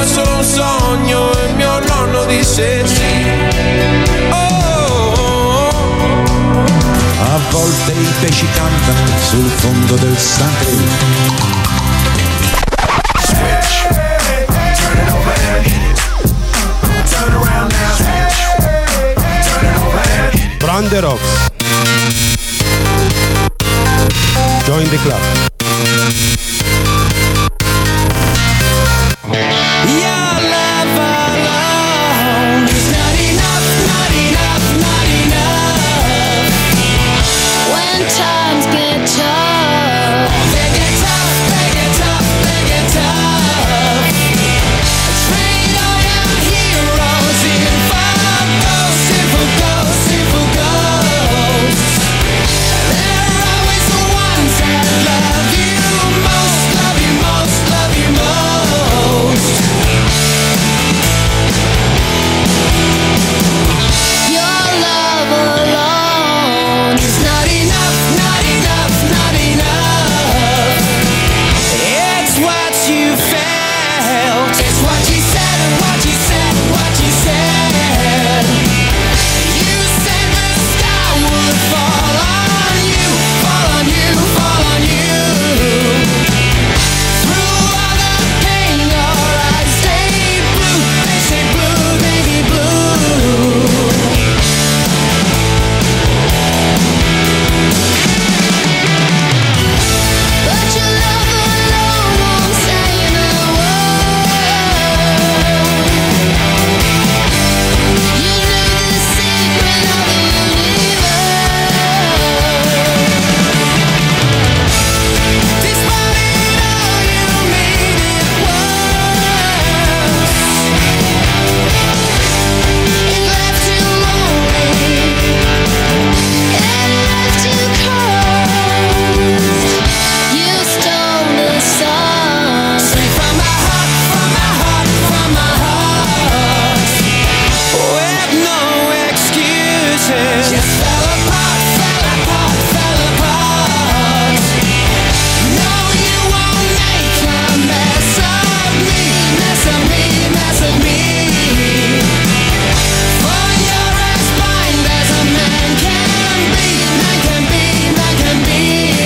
S17: è solo un sogno e mio nonno disse sì. Oh.
S18: A volte i pesci cantano sul fondo del Sante.
S19: Brand the Rocks. Join the club.
S6: Your love alone is not enough, not enough, not enough.
S15: When times get tough,
S6: they get tough, they get tough, they get tough. Trade all your heroes in for ghosts, in for ghosts, in for ghosts. They're always the ones that love you most, love you most, love you most.
S15: your love alone
S6: It's not enough, not enough, not enough. It's what you felt. It's what you said and what you said, what you said. You said the sky would fall on you, fall on you, fall on you. Through all the pain, your eyes stay blue. They say blue, baby blue.
S15: but your love alone won't say a word. You knew the secret of the universe.
S6: Despite it all, you made it worse.
S15: It left you lonely. It left you cursed. You stole the sun.
S6: Straight from my heart, from my heart, from my heart. With no excuses. Just fell apart, fell apart, fell apart. No, you won't make a mess of me, mess of me, mess of me. For you're as blind as a man can be, man can be, man can be.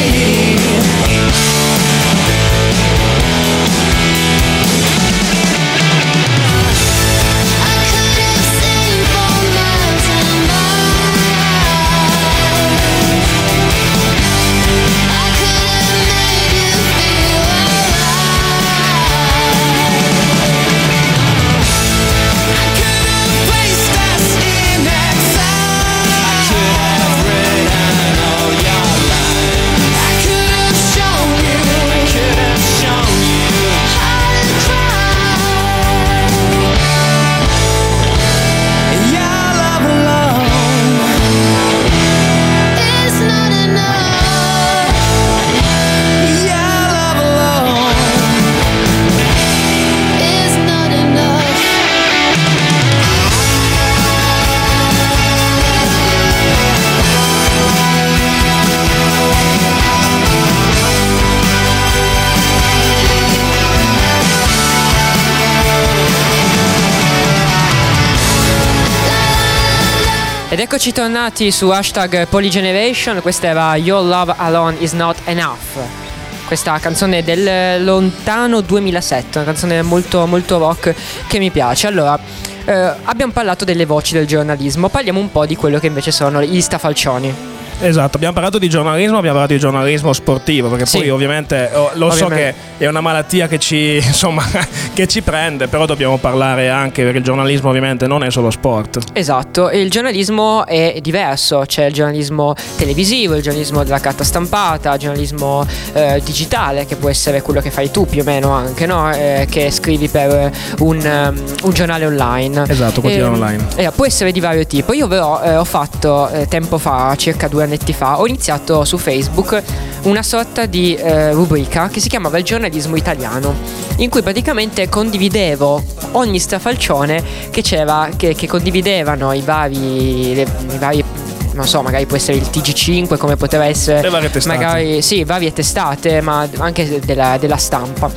S3: Ed eccoci tornati su hashtag Polygeneration. Questa era Your Love Alone Is Not Enough. Questa canzone del lontano duemilasette, una canzone molto molto rock che mi piace. Allora, eh, abbiamo parlato delle voci del giornalismo, parliamo un po' di quello che invece sono gli stafalcioni.
S7: Esatto, abbiamo parlato di giornalismo, abbiamo parlato di giornalismo sportivo, perché
S3: Sì.
S7: poi ovviamente oh, lo so
S3: Ovviamente.
S7: che è una malattia che ci insomma che ci prende, però dobbiamo parlare anche, perché il giornalismo ovviamente non è solo sport.
S3: Esatto, e il giornalismo è diverso, c'è il giornalismo televisivo, il giornalismo della carta stampata, il giornalismo eh, digitale, che può essere quello che fai tu più o meno anche, no? Eh, che scrivi per un, um, un giornale online.
S7: Esatto, quotidiano online.
S3: Eh, può essere di vario tipo. Io però eh, ho fatto eh, tempo fa, circa due annetti fa, ho iniziato su Facebook una sorta di eh, rubrica che si chiamava Il giornalismo italiano, in cui praticamente condividevo ogni strafalcione che c'era, che, che condividevano i vari, le, i vari non so, magari può essere il T G cinque, come poteva essere
S7: le varie testate.
S3: magari sì, varie testate, ma anche della, della stampa.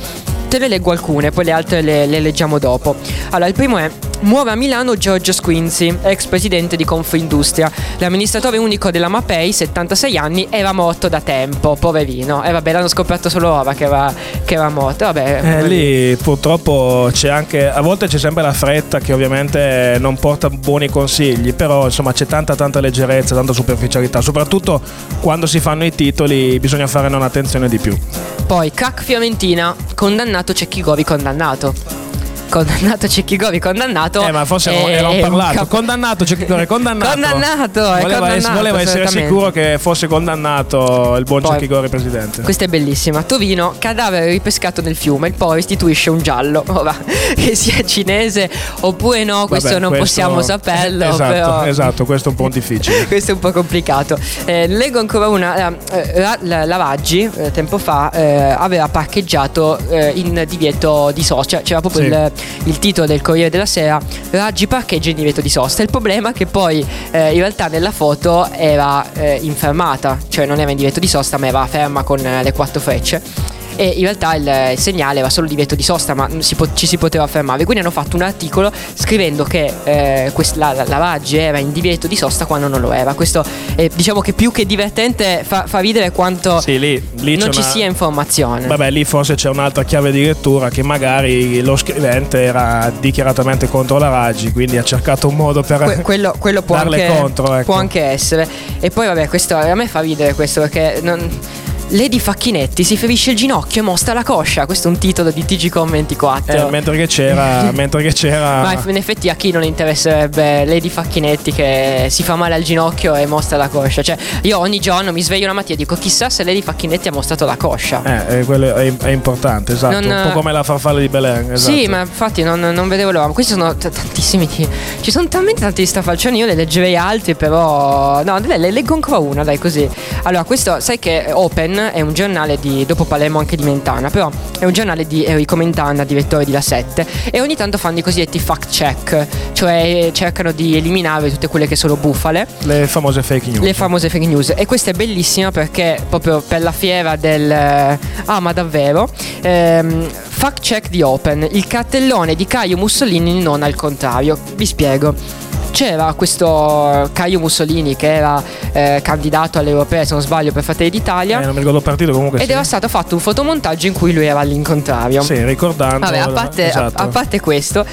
S3: te ne leggo alcune, poi le altre le, le leggiamo dopo. Allora, il primo è: muove a Milano Giorgio Squinzi, ex presidente di Confindustria. L'amministratore unico della Mapei, settantasei anni, era morto da tempo, poverino. E eh, vabbè, l'hanno scoperto solo ora che era, che era morto. Vabbè,
S7: eh, lì purtroppo c'è anche, a volte c'è sempre la fretta che ovviamente non porta buoni consigli, però insomma c'è tanta tanta leggerezza, tanta superficialità, soprattutto quando si fanno i titoli bisogna fare non attenzione di più.
S3: Poi Crack Fiorentina, condannato Cecchigori condannato. Condannato Cecchigori condannato.
S7: Eh ma forse era un parlato. Cap- condannato Cecchigori condannato.
S3: Condannato.
S7: Voleva,
S3: condannato,
S7: essere, voleva essere sicuro che fosse condannato il buon Cecchigori presidente.
S3: Questa è bellissima. Torino, cadavere ripescato nel fiume. Il poi istituisce un giallo. Ora, che sia cinese oppure no, questo Vabbè, non questo... possiamo saperlo.
S7: Esatto,
S3: però...
S7: esatto, questo è un po' difficile.
S3: Questo è un po' complicato. Eh, leggo ancora una. Eh, la, la, la Raggi eh, tempo fa eh, aveva parcheggiato eh, in divieto di sosta. Cioè, c'era proprio sì. il il titolo del Corriere della Sera: Raggi parcheggia in divieto di sosta. Il problema è che poi eh, in realtà nella foto era eh, infermata, cioè non era in divieto di sosta ma era ferma con eh, le quattro frecce. E in realtà il, il segnale era solo divieto di sosta, ma si po- ci si poteva fermare. Quindi hanno fatto un articolo scrivendo che eh, quest- la, la, la Raggi era in divieto di sosta quando non lo era. Questo è, diciamo che più che divertente fa, fa ridere quanto
S7: sì, lì, lì
S3: non ci
S7: una...
S3: sia informazione.
S7: Vabbè, lì forse c'è un'altra chiave di lettura, che magari lo scrivente era dichiaratamente contro la Raggi, quindi ha cercato un modo per
S3: que- quello, quello può
S7: darle
S3: anche,
S7: contro, ecco.
S3: Può anche essere. E poi vabbè, questo a me fa ridere questo perché non... Lady Facchinetti si ferisce il ginocchio e mostra la coscia. Questo è un titolo di T G Com ventiquattro.
S7: Eh, mentre che c'era mentre che c'era
S3: Ma in effetti a chi non interesserebbe Lady Facchinetti che si fa male al ginocchio e mostra la coscia? Cioè io ogni giorno mi sveglio la mattina e dico chissà se Lady Facchinetti ha mostrato la coscia.
S7: Eh, quello è, è importante, esatto. Non, un po' come la farfalla di Belen, esatto.
S3: Sì, ma infatti non, non vedevo l'ora. Questi sono t- tantissimi Ci sono talmente tanti di strafalcioni. Io le leggerei altri, però no, le, le leggo ancora una, dai, così. Allora, questo, sai che Open è un giornale di, dopo parleremo anche di Mentana, però è un giornale di Enrico Mentana, direttore di La sette, e ogni tanto fanno i cosiddetti fact check, cioè cercano di eliminare tutte quelle che sono bufale,
S7: le famose fake news.
S3: Le famose fake news. E questa è bellissima perché proprio per la fiera del ah ma davvero ehm, fact check di Open, il cartellone di Caio Mussolini non al contrario. Vi spiego. C'era questo Caio Mussolini che era eh, candidato alle europee, se non sbaglio, per Fratelli d'Italia.
S7: Eh, non mi ricordo il partito, comunque.
S3: Ed
S7: sì.
S3: era stato fatto un fotomontaggio in cui lui era all'incontrario.
S7: Sì, ricordando.
S3: Vabbè, a parte, esatto. a, a parte questo,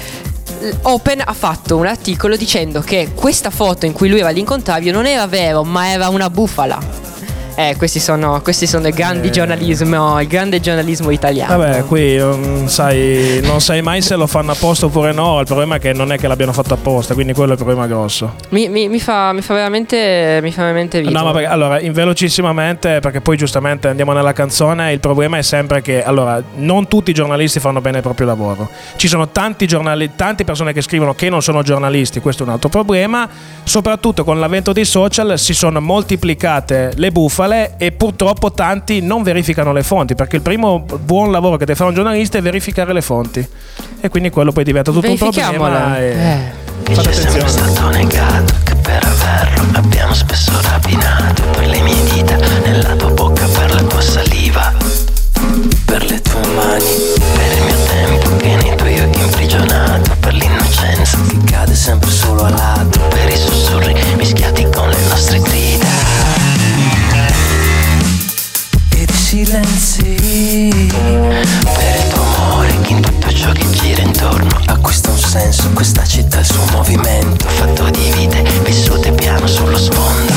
S3: Open ha fatto un articolo dicendo che questa foto in cui lui era all'incontrario non era vero, ma era una bufala. Eh, questi sono, questi sono il grande eh. giornalismo, il grande giornalismo italiano.
S7: Vabbè, qui non sai, non sai mai se lo fanno apposta oppure no. Il problema è che non è che l'abbiano fatto apposta, quindi quello è il problema grosso.
S3: Mi, mi, mi, fa, mi fa veramente mi fa veramente ridere.
S7: No, ma perché, allora, in velocissimamente, perché poi giustamente andiamo nella canzone. Il problema è sempre che, allora, non tutti i giornalisti fanno bene il proprio lavoro. Ci sono tanti giornali, tante persone che scrivono che non sono giornalisti, questo è un altro problema. Soprattutto con l'avvento dei social si sono moltiplicate le bufale e purtroppo tanti non verificano le fonti, perché il primo buon lavoro che deve fare un giornalista è verificare le fonti, e quindi quello poi diventa tutto un problema. E...
S20: Eh. Fate attenzione. Sono stato negato che per averlo abbiamo spesso rapinato per le mie dita nella tua bocca, per la tua saliva, per le tue mani, per il mio tempo che nei tuoi occhi imprigionato, per l'innocenza che cade sempre solo a lato, per i sussurri mischiati con le nostre grida ed i silenzi, per il tuo amore che in tutto ciò che gira intorno acquista un senso, questa città il suo movimento fatto di vite vissute piano sullo sfondo.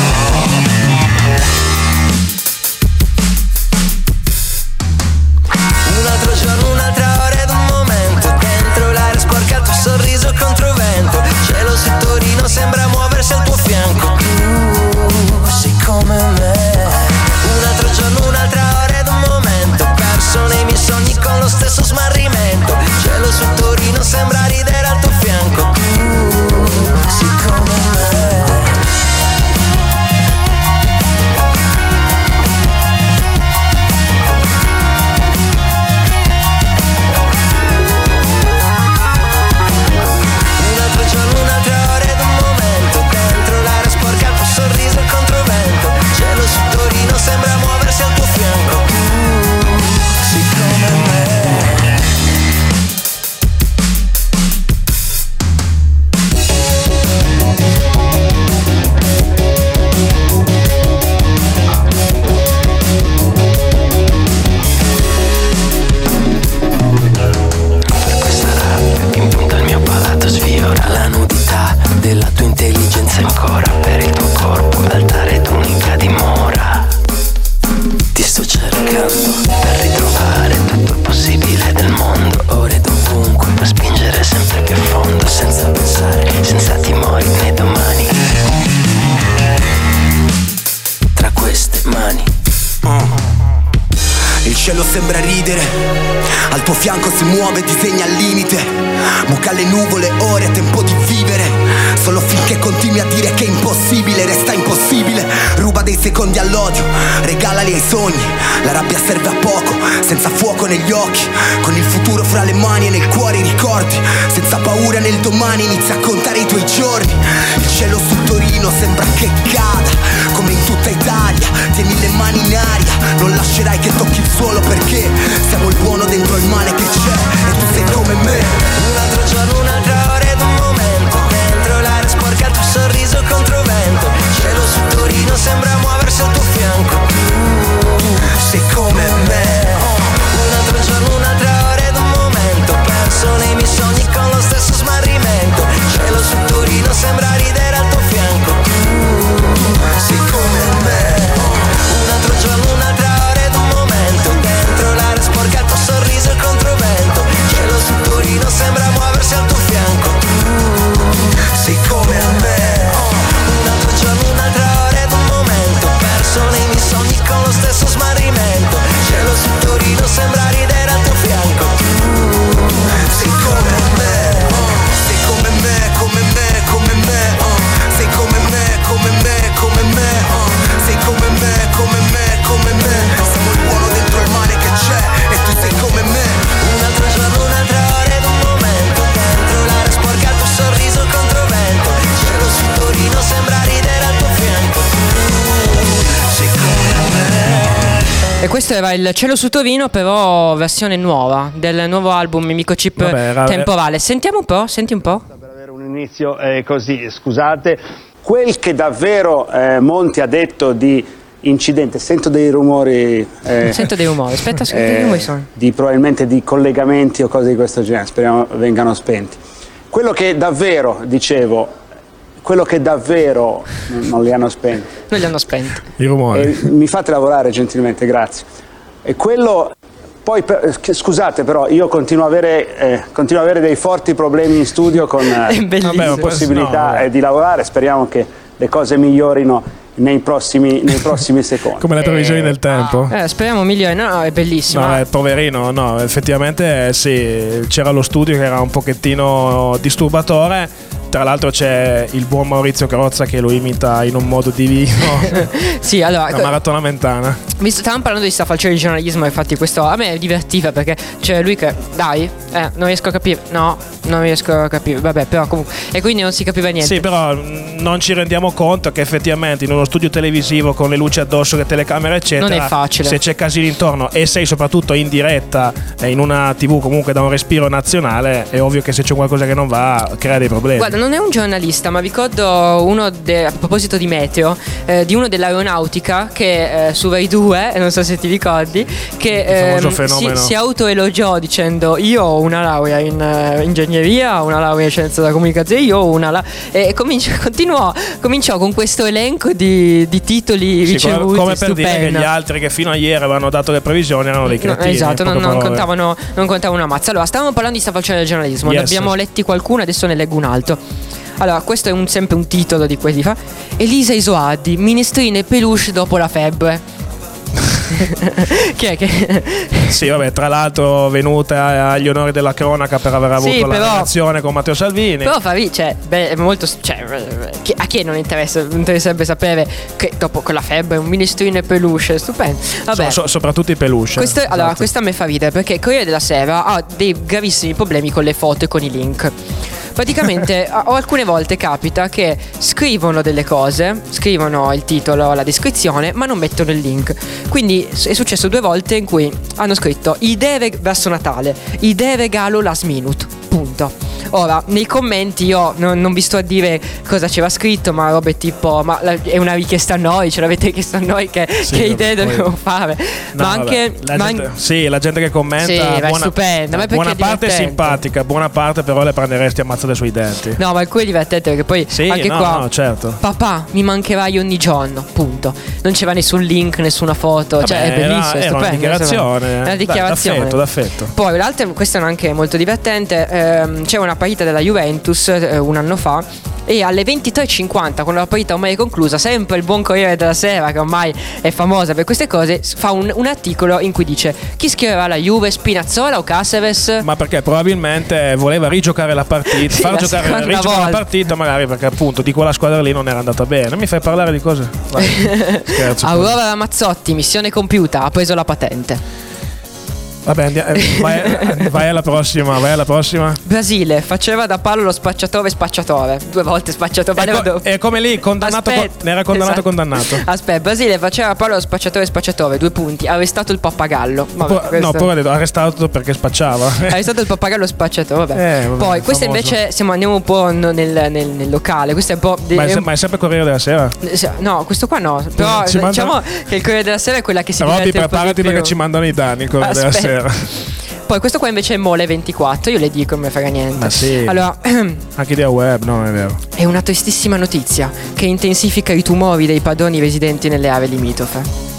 S20: Un altro giorno, un'altra ora ed un momento, dentro l'aria sporca il tuo sorriso contro vento, cielo su Torino sembra muoversi al tuo fianco, tu sei come me. Un altro giorno, un'altra ora ed un momento, perso nei miei sogni con lo stesso smarrimento, cielo su Torino sembra ridere al tuo fianco, tu grazie ancora per il tuo corpo, altare d'unica dimora. Ti sto cercando per ritrovare tutto il possibile del mondo, ore dovunque, per spingere sempre più a fondo, senza pensare, senza timori né domani. Tra queste mani
S12: uh. Il cielo sembra ridere, al tuo fianco si muove, disegna al limite. Mucca le nuvole, ore, tempo di vivere. Solo finché continui a dire che è impossibile, resta impossibile. Ruba dei secondi all'odio, regalali ai sogni. La rabbia serve a poco, senza fuoco negli occhi, con il futuro fra le mani e nel cuore i ricordi. Senza paura nel domani inizia a contare i tuoi giorni. Il cielo su Torino sembra che cada, come in tutta Italia. Tieni le mani in aria, non lascerai che tocchi il suolo, perché siamo il buono dentro il male che c'è e tu sei come me.
S20: Un altro giorno, un'altra ora ed un momento, dentro l'aria sporca il tuo sorriso contro vento. Il cielo su Torino sembra muoversi al tuo fianco, tu sei come me. Un altro giorno, un'altra ora ed un momento, perso nei miei sogni con lo stesso smarrimento. Il cielo su Torino sembra ridere al tuo fianco, tu sei come me. Un altro giorno, un'altra ora ed un momento, dentro l'aria sporca il tuo sorriso contro vento. Il cielo su Torino sembra muoversi al tuo fianco, tu sei come me. Un altro giorno, un'altra ora ed un momento, perso nei miei sogni con lo stesso smarrimento. Il cielo su Torino sembra ridere al tuo fianco, tu sei come me.
S12: Sei come me, come me, come me, uh. Sei come me, come me, come me, uh. Sei come me, come me, come me. Siamo il buono dentro il male che c'è e tu sei come me.
S20: Un altro giorno, un'altra ora ed un momento, dentro l'aria sporca il tuo sorriso contro vento. Il cielo su Torino sembra ridere al tuo fianco, tu sei come me.
S3: E questo era il Cielo su Torino, però versione nuova del nuovo album Microchip
S7: Vabbè, era-
S3: Temporale. Sentiamo un po', senti un po'.
S21: Un inizio eh, così, scusate. Quel che davvero eh, Monti ha detto di incidente, sento dei rumori. eh,
S3: Sento dei rumori, aspetta, aspetta,
S21: eh,
S3: che rumori sono?
S21: di probabilmente di collegamenti o cose di questo genere, speriamo vengano spenti. Quello che davvero, dicevo, quello che davvero non li hanno spenti.
S3: Non li hanno spenti.
S7: I rumori.
S21: Eh, mi fate lavorare gentilmente, grazie. E quello. Poi, per, scusate, però io continuo a avere, eh, continuo a avere dei forti problemi in studio con eh,
S3: Bellissimo.
S21: possibilità
S7: no,
S21: eh, di lavorare. Speriamo che le cose migliorino nei prossimi, nei prossimi secondi.
S7: Come le previsioni del tempo.
S3: Eh, speriamo migliore. No, no, è bellissimo.
S7: No, eh, poverino, no, effettivamente eh, sì, c'era lo studio che era un pochettino disturbatore. Tra l'altro c'è il buon Maurizio Carrozza che lo imita in un modo divino.
S3: Sì, allora,
S7: la maratona mentana.
S3: Visto, stavamo parlando di sta falcione di giornalismo, infatti questo a me divertiva perché c'è lui che, dai, eh, non riesco a capire, no, non riesco a capire, vabbè, però comunque, e quindi non si capiva niente.
S7: Sì, però mh, non ci rendiamo conto che effettivamente in uno studio televisivo con le luci addosso, le telecamere eccetera,
S3: Non è facile.
S7: se c'è casino intorno e sei soprattutto in diretta eh, in una tivù comunque da un respiro nazionale, è ovvio che se c'è qualcosa che non va crea dei problemi.
S3: Guarda, non è un giornalista, ma ricordo uno de, a proposito di meteo, eh, di uno dell'aeronautica che eh, su Rai due, non so se ti ricordi, che
S7: Il famoso
S3: ehm, si,
S7: fenomeno.
S3: si autoelogiò dicendo: io ho una laurea in eh, ingegneria, una laurea in scienze della comunicazione, io ho una la-", e cominciò, continuò, cominciò con questo elenco di, di titoli
S7: Sì,
S3: ricevuti.
S7: come, come per
S3: stupendo.
S7: dire che gli altri che fino a ieri avevano dato le previsioni erano dei
S3: No,
S7: cretini.
S3: esatto,
S7: in
S3: non,
S7: poche
S3: non,
S7: parole.
S3: contavano, non contavano una mazza. Allora, stavamo parlando di sta falcione del giornalismo. Ne
S7: Yes.
S3: abbiamo letti qualcuno, adesso ne leggo un altro. Allora, questo è un, sempre un titolo di quelli fa. Elisa Isoardi, minestrine e peluche dopo la febbre. Chi è che
S7: Sì, vabbè, tra l'altro venuta agli onori della cronaca per aver avuto
S3: Sì,
S7: la
S3: però-
S7: relazione con Matteo Salvini.
S3: Però fa ri- cioè, beh, è molto, cioè, chi- a chi non interessa, interesserebbe sapere che dopo quella febbre un minestrino e peluche, stupendo. Vabbè.
S7: So- so- soprattutto i peluche.
S3: Questo,
S7: Esatto.
S3: allora, questa me fa ridere perché il Corriere della Sera ha dei gravissimi problemi con le foto e con i link. Praticamente a- o alcune volte capita che scrivono delle cose, scrivono il titolo, la descrizione, ma non mettono il link. Quindi s- è successo due volte in cui hanno scritto idee reg- verso Natale, idee regalo last minute, punto. Ora, nei commenti io non, non vi sto a dire cosa c'era scritto, ma robe tipo: ma la, è una richiesta a noi, ce l'avete chiesto a noi che,
S7: Sì,
S3: che idee
S7: poi-
S3: dobbiamo fare.
S7: No,
S3: ma anche.
S7: vabbè, la
S3: ma
S7: gente,
S3: an-
S7: sì, la gente che commenta
S3: Sì, è
S7: buona,
S3: stupenda, ma perché
S7: buona
S3: è
S7: parte è
S3: divertente.
S7: simpatica, buona parte però le prenderesti ammazzate sui denti.
S3: No, ma alcuni divertente perché poi
S7: Sì,
S3: anche
S7: no,
S3: qua
S7: no, certo.
S3: papà mi mancherai ogni giorno, punto. Non c'era nessun link, nessuna foto. Cioè
S7: Vabbè,
S3: è bellissimo,
S7: era,
S3: è
S7: era una
S3: stupendo.
S7: dichiarazione.
S3: È una
S7: Dai,
S3: dichiarazione.
S7: d'affetto, d'affetto.
S3: Poi l'altro, questo è anche molto divertente. ehm, c'è una partita della Juventus eh, un anno fa. E alle ventitré e cinquanta, quando la partita ormai è conclusa, sempre il buon Corriere della Sera, che ormai è famosa per queste cose, fa un, un articolo in cui dice: chi schiererà la Juve, Spinazzola o Caceres?
S7: Ma perché probabilmente voleva rigiocare la partita,
S3: Sì,
S7: far
S3: la
S7: giocare,
S3: seconda
S7: rigiocare la
S3: volta.
S7: partita, magari perché appunto di quella squadra lì non era andata bene. Mi fai parlare di cose? Vai, scherzo.
S3: Aurora Ramazzotti, missione compiuta, ha preso la patente.
S7: Vabbè, andiamo, eh, vai, vai alla prossima, vai alla prossima.
S3: Brasile, faceva da palo lo spacciatore spacciatore. Due volte spacciatore.
S7: È, co- è come lì, condannato,
S3: Aspetta,
S7: co- ne era condannato
S3: esatto.
S7: condannato.
S3: Aspetta, Brasile faceva da palo lo spacciatore spacciatore. Due punti. Ha arrestato il pappagallo. Vabbè,
S7: Po-
S3: questo-
S7: no, poi ha detto arrestato perché spacciava.
S3: Ha arrestato il pappagallo spacciatore. Vabbè.
S7: Eh, vabbè,
S3: Poi, questa
S7: famoso.
S3: invece siamo, andiamo un po' nel, nel- nel locale. Questo è un po'. de-
S7: Ma è,
S3: è
S7: se-
S3: un-
S7: ma è sempre Corriere della Sera?
S3: No, questo qua no. Però
S7: Ci manda-
S3: diciamo che il Corriere della Sera è quella che si
S7: Robby,
S3: diverte un po' di
S7: preparati
S3: più.
S7: perché ci mandano i danni il Corriere della
S3: Aspetta.
S7: Sera.
S3: Poi questo qua invece è Mole ventiquattro. Io le dico, non mi frega niente.
S7: Ma sì.
S3: Allora.
S7: Anche di web, no, è vero.
S3: È una tristissima notizia che intensifica i tumori dei padroni residenti nelle aree limitrofe.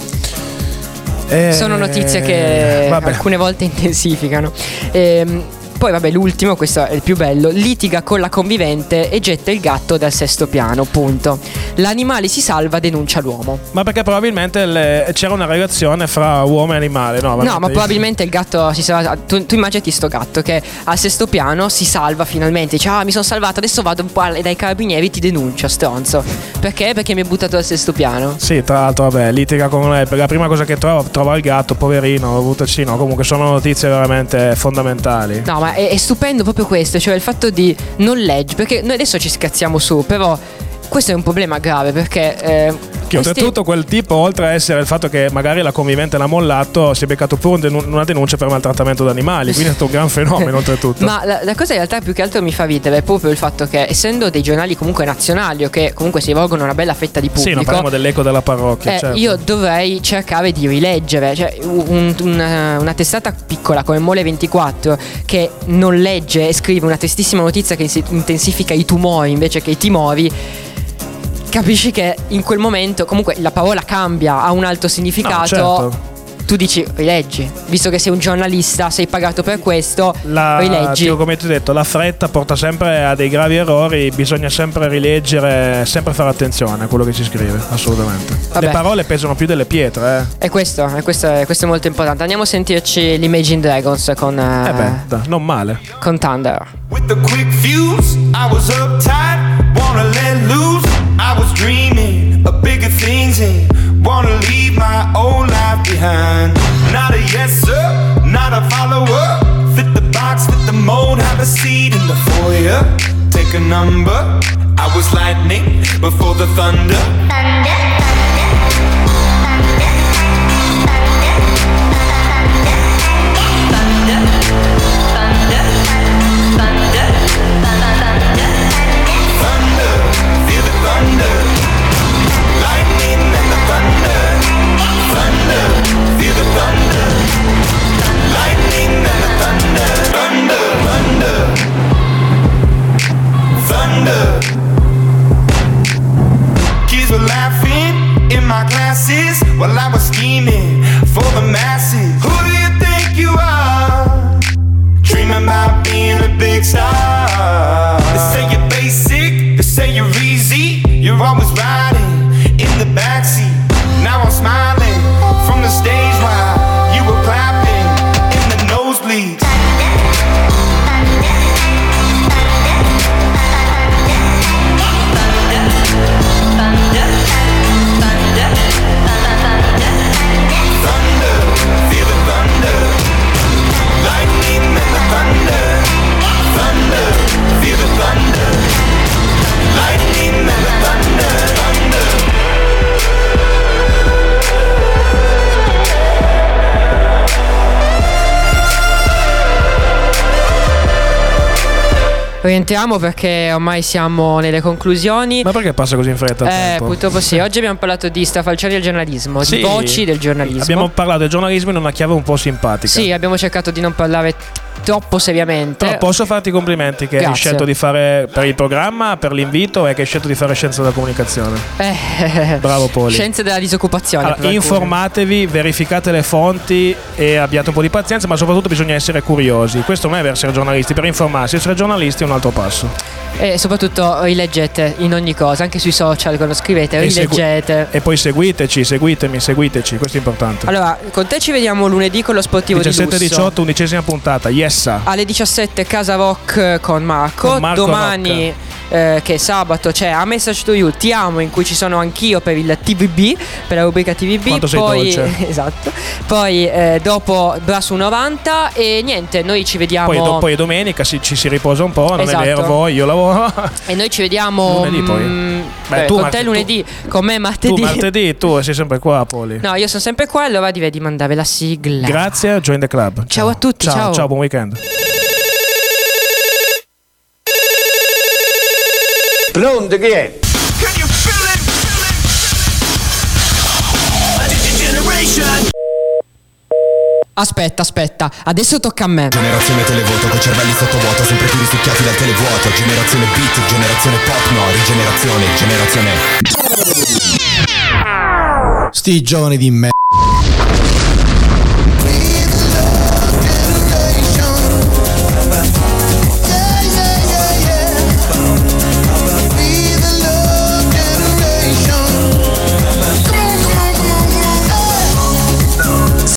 S7: Eh,
S3: Sono notizie che
S7: vabbè.
S3: alcune volte intensificano. Ehm, poi vabbè, l'ultimo, questo è il più bello: litiga con la convivente e getta il gatto dal sesto piano, punto. L'animale si salva, denuncia l'uomo.
S7: Ma perché probabilmente le- c'era una relazione fra uomo e animale, no?
S3: No,
S7: veramente
S3: ma
S7: io-
S3: probabilmente il gatto si salva. Tu, tu immaginati sto gatto che al sesto piano si salva finalmente. Dice: ah, mi sono salvato, adesso vado un po' alle- dai carabinieri, ti denuncio, stronzo. Perché? Perché mi hai buttato dal sesto piano.
S7: Sì, tra l'altro, vabbè, litiga con lei. La prima cosa che trova, trova il gatto, poverino, buttarci, no. Comunque sono notizie veramente fondamentali.
S3: No, ma è, è stupendo proprio questo, cioè il fatto di non leggere, perché noi adesso ci scazziamo su, però questo è un problema grave perché eh,
S7: Che oltretutto quel tipo, oltre a essere il fatto che magari la convivente l'ha mollato, si è beccato pure un denu- una denuncia per maltrattamento d'animali, quindi è stato un gran fenomeno oltretutto.
S3: Ma la, la cosa in realtà più che altro mi fa ridere è proprio il fatto che, essendo dei giornali comunque nazionali o che comunque si rivolgono a una bella fetta di pubblico,
S7: Sì, non parliamo dell'eco della parrocchia,
S3: eh,
S7: certo.
S3: io dovrei cercare di rileggere, cioè un- una, una testata piccola come Mole ventiquattro che non legge e scrive una tristissima notizia che insi- intensifica i tumori invece che i timori. Capisci che in quel momento comunque la parola cambia, ha un altro significato.
S7: No, certo.
S3: Tu dici rileggi, visto che sei un giornalista, sei pagato per questo,
S7: La,
S3: rileggi.
S7: tipo, come ti ho detto, la fretta porta sempre a dei gravi errori, bisogna sempre rileggere, sempre fare attenzione a quello che si scrive, assolutamente.
S3: Vabbè.
S7: Le parole pesano più delle pietre, eh.
S3: E questo, e questo, è, questo è molto importante. Andiamo a sentirci l'Imagine Dragons con, eh,
S7: Eh beh, dai, non male.
S3: con Thunder.
S17: With the quick fuse, I was uptight, wanna let loose. I was dreaming of bigger things and wanna leave my old life behind. Not a yes sir, not a follower. Fit the box, fit the mold, have a seat in the foyer. Take a number. I was lightning before the thunder. Thunder. Kids were laughing in my classes while I was scheming for the masses. Who do you think you are? Dreaming about being a big star. They say you're basic, they say you're easy. You're always riding in the backseat. Now I'm smiling from the stage while you were clapping in the nosebleeds. Thunder,
S3: rientriamo perché ormai siamo nelle conclusioni.
S7: Ma perché passa così in fretta il
S3: Eh,
S7: tempo?
S3: purtroppo sì. Oggi abbiamo parlato di strafalcioni del giornalismo,
S7: Sì.
S3: di voci del giornalismo.
S7: Abbiamo parlato del giornalismo in una chiave un po' simpatica.
S3: Sì, abbiamo cercato di non parlare troppo seriamente.
S7: Però posso farti i complimenti che hai
S3: Grazie.
S7: scelto di fare per il programma, per l'invito e che hai scelto di fare scienza della comunicazione.
S3: Eh,
S7: Bravo Poli.
S3: Scienze della disoccupazione.
S7: Allora,
S3: per alcuni.
S7: informatevi, verificate le fonti e abbiate un po' di pazienza, ma soprattutto bisogna essere curiosi. Questo non è per essere giornalisti, per informarsi. Essere giornalisti è un altro passo.
S3: E soprattutto rileggete in ogni cosa, anche sui social quando scrivete,
S7: E segu-
S3: rileggete.
S7: E poi seguiteci, seguitemi, seguiteci, questo è importante.
S3: Allora, con te ci vediamo lunedì con lo sportivo
S7: diciassette
S3: di lusso.
S7: diciotto, undicesima puntata, yes.
S3: Alle diciassette Casa Rock con Marco.
S7: Con Marco
S3: Domani eh, che è sabato c'è A Message to You, Ti amo, in cui ci sono anch'io per il T V B, per la rubrica T V B.
S7: Quanto sei
S3: Poi
S7: dolce.
S3: esatto. Poi eh, dopo Brasu novanta e niente, noi ci vediamo.
S7: Poi, do- poi domenica si- ci si riposa un po', non
S3: Esatto.
S7: è vero, voi, io lavoro.
S3: E noi ci vediamo
S7: Lunedì poi.
S3: mm,
S7: Beh,
S3: eh,
S7: tu
S3: con
S7: martedì-
S3: te lunedì, con me martedì.
S7: Tu martedì, tu sei sempre qua, Poli.
S3: No, io sono sempre qua, allora direi di mandare la sigla.
S7: Grazie, join the club.
S3: Ciao a tutti,
S7: ciao.
S3: ciao.
S7: Ciao, buon weekend.
S21: Pronto, chi è?
S3: Aspetta, aspetta, adesso tocca a me.
S1: Generazione televoto con cervelli sottovuoto, sempre più risucchiati dal televuoto. Generazione beat, generazione pop, no, rigenerazione, generazione.
S5: Sti giovani di me.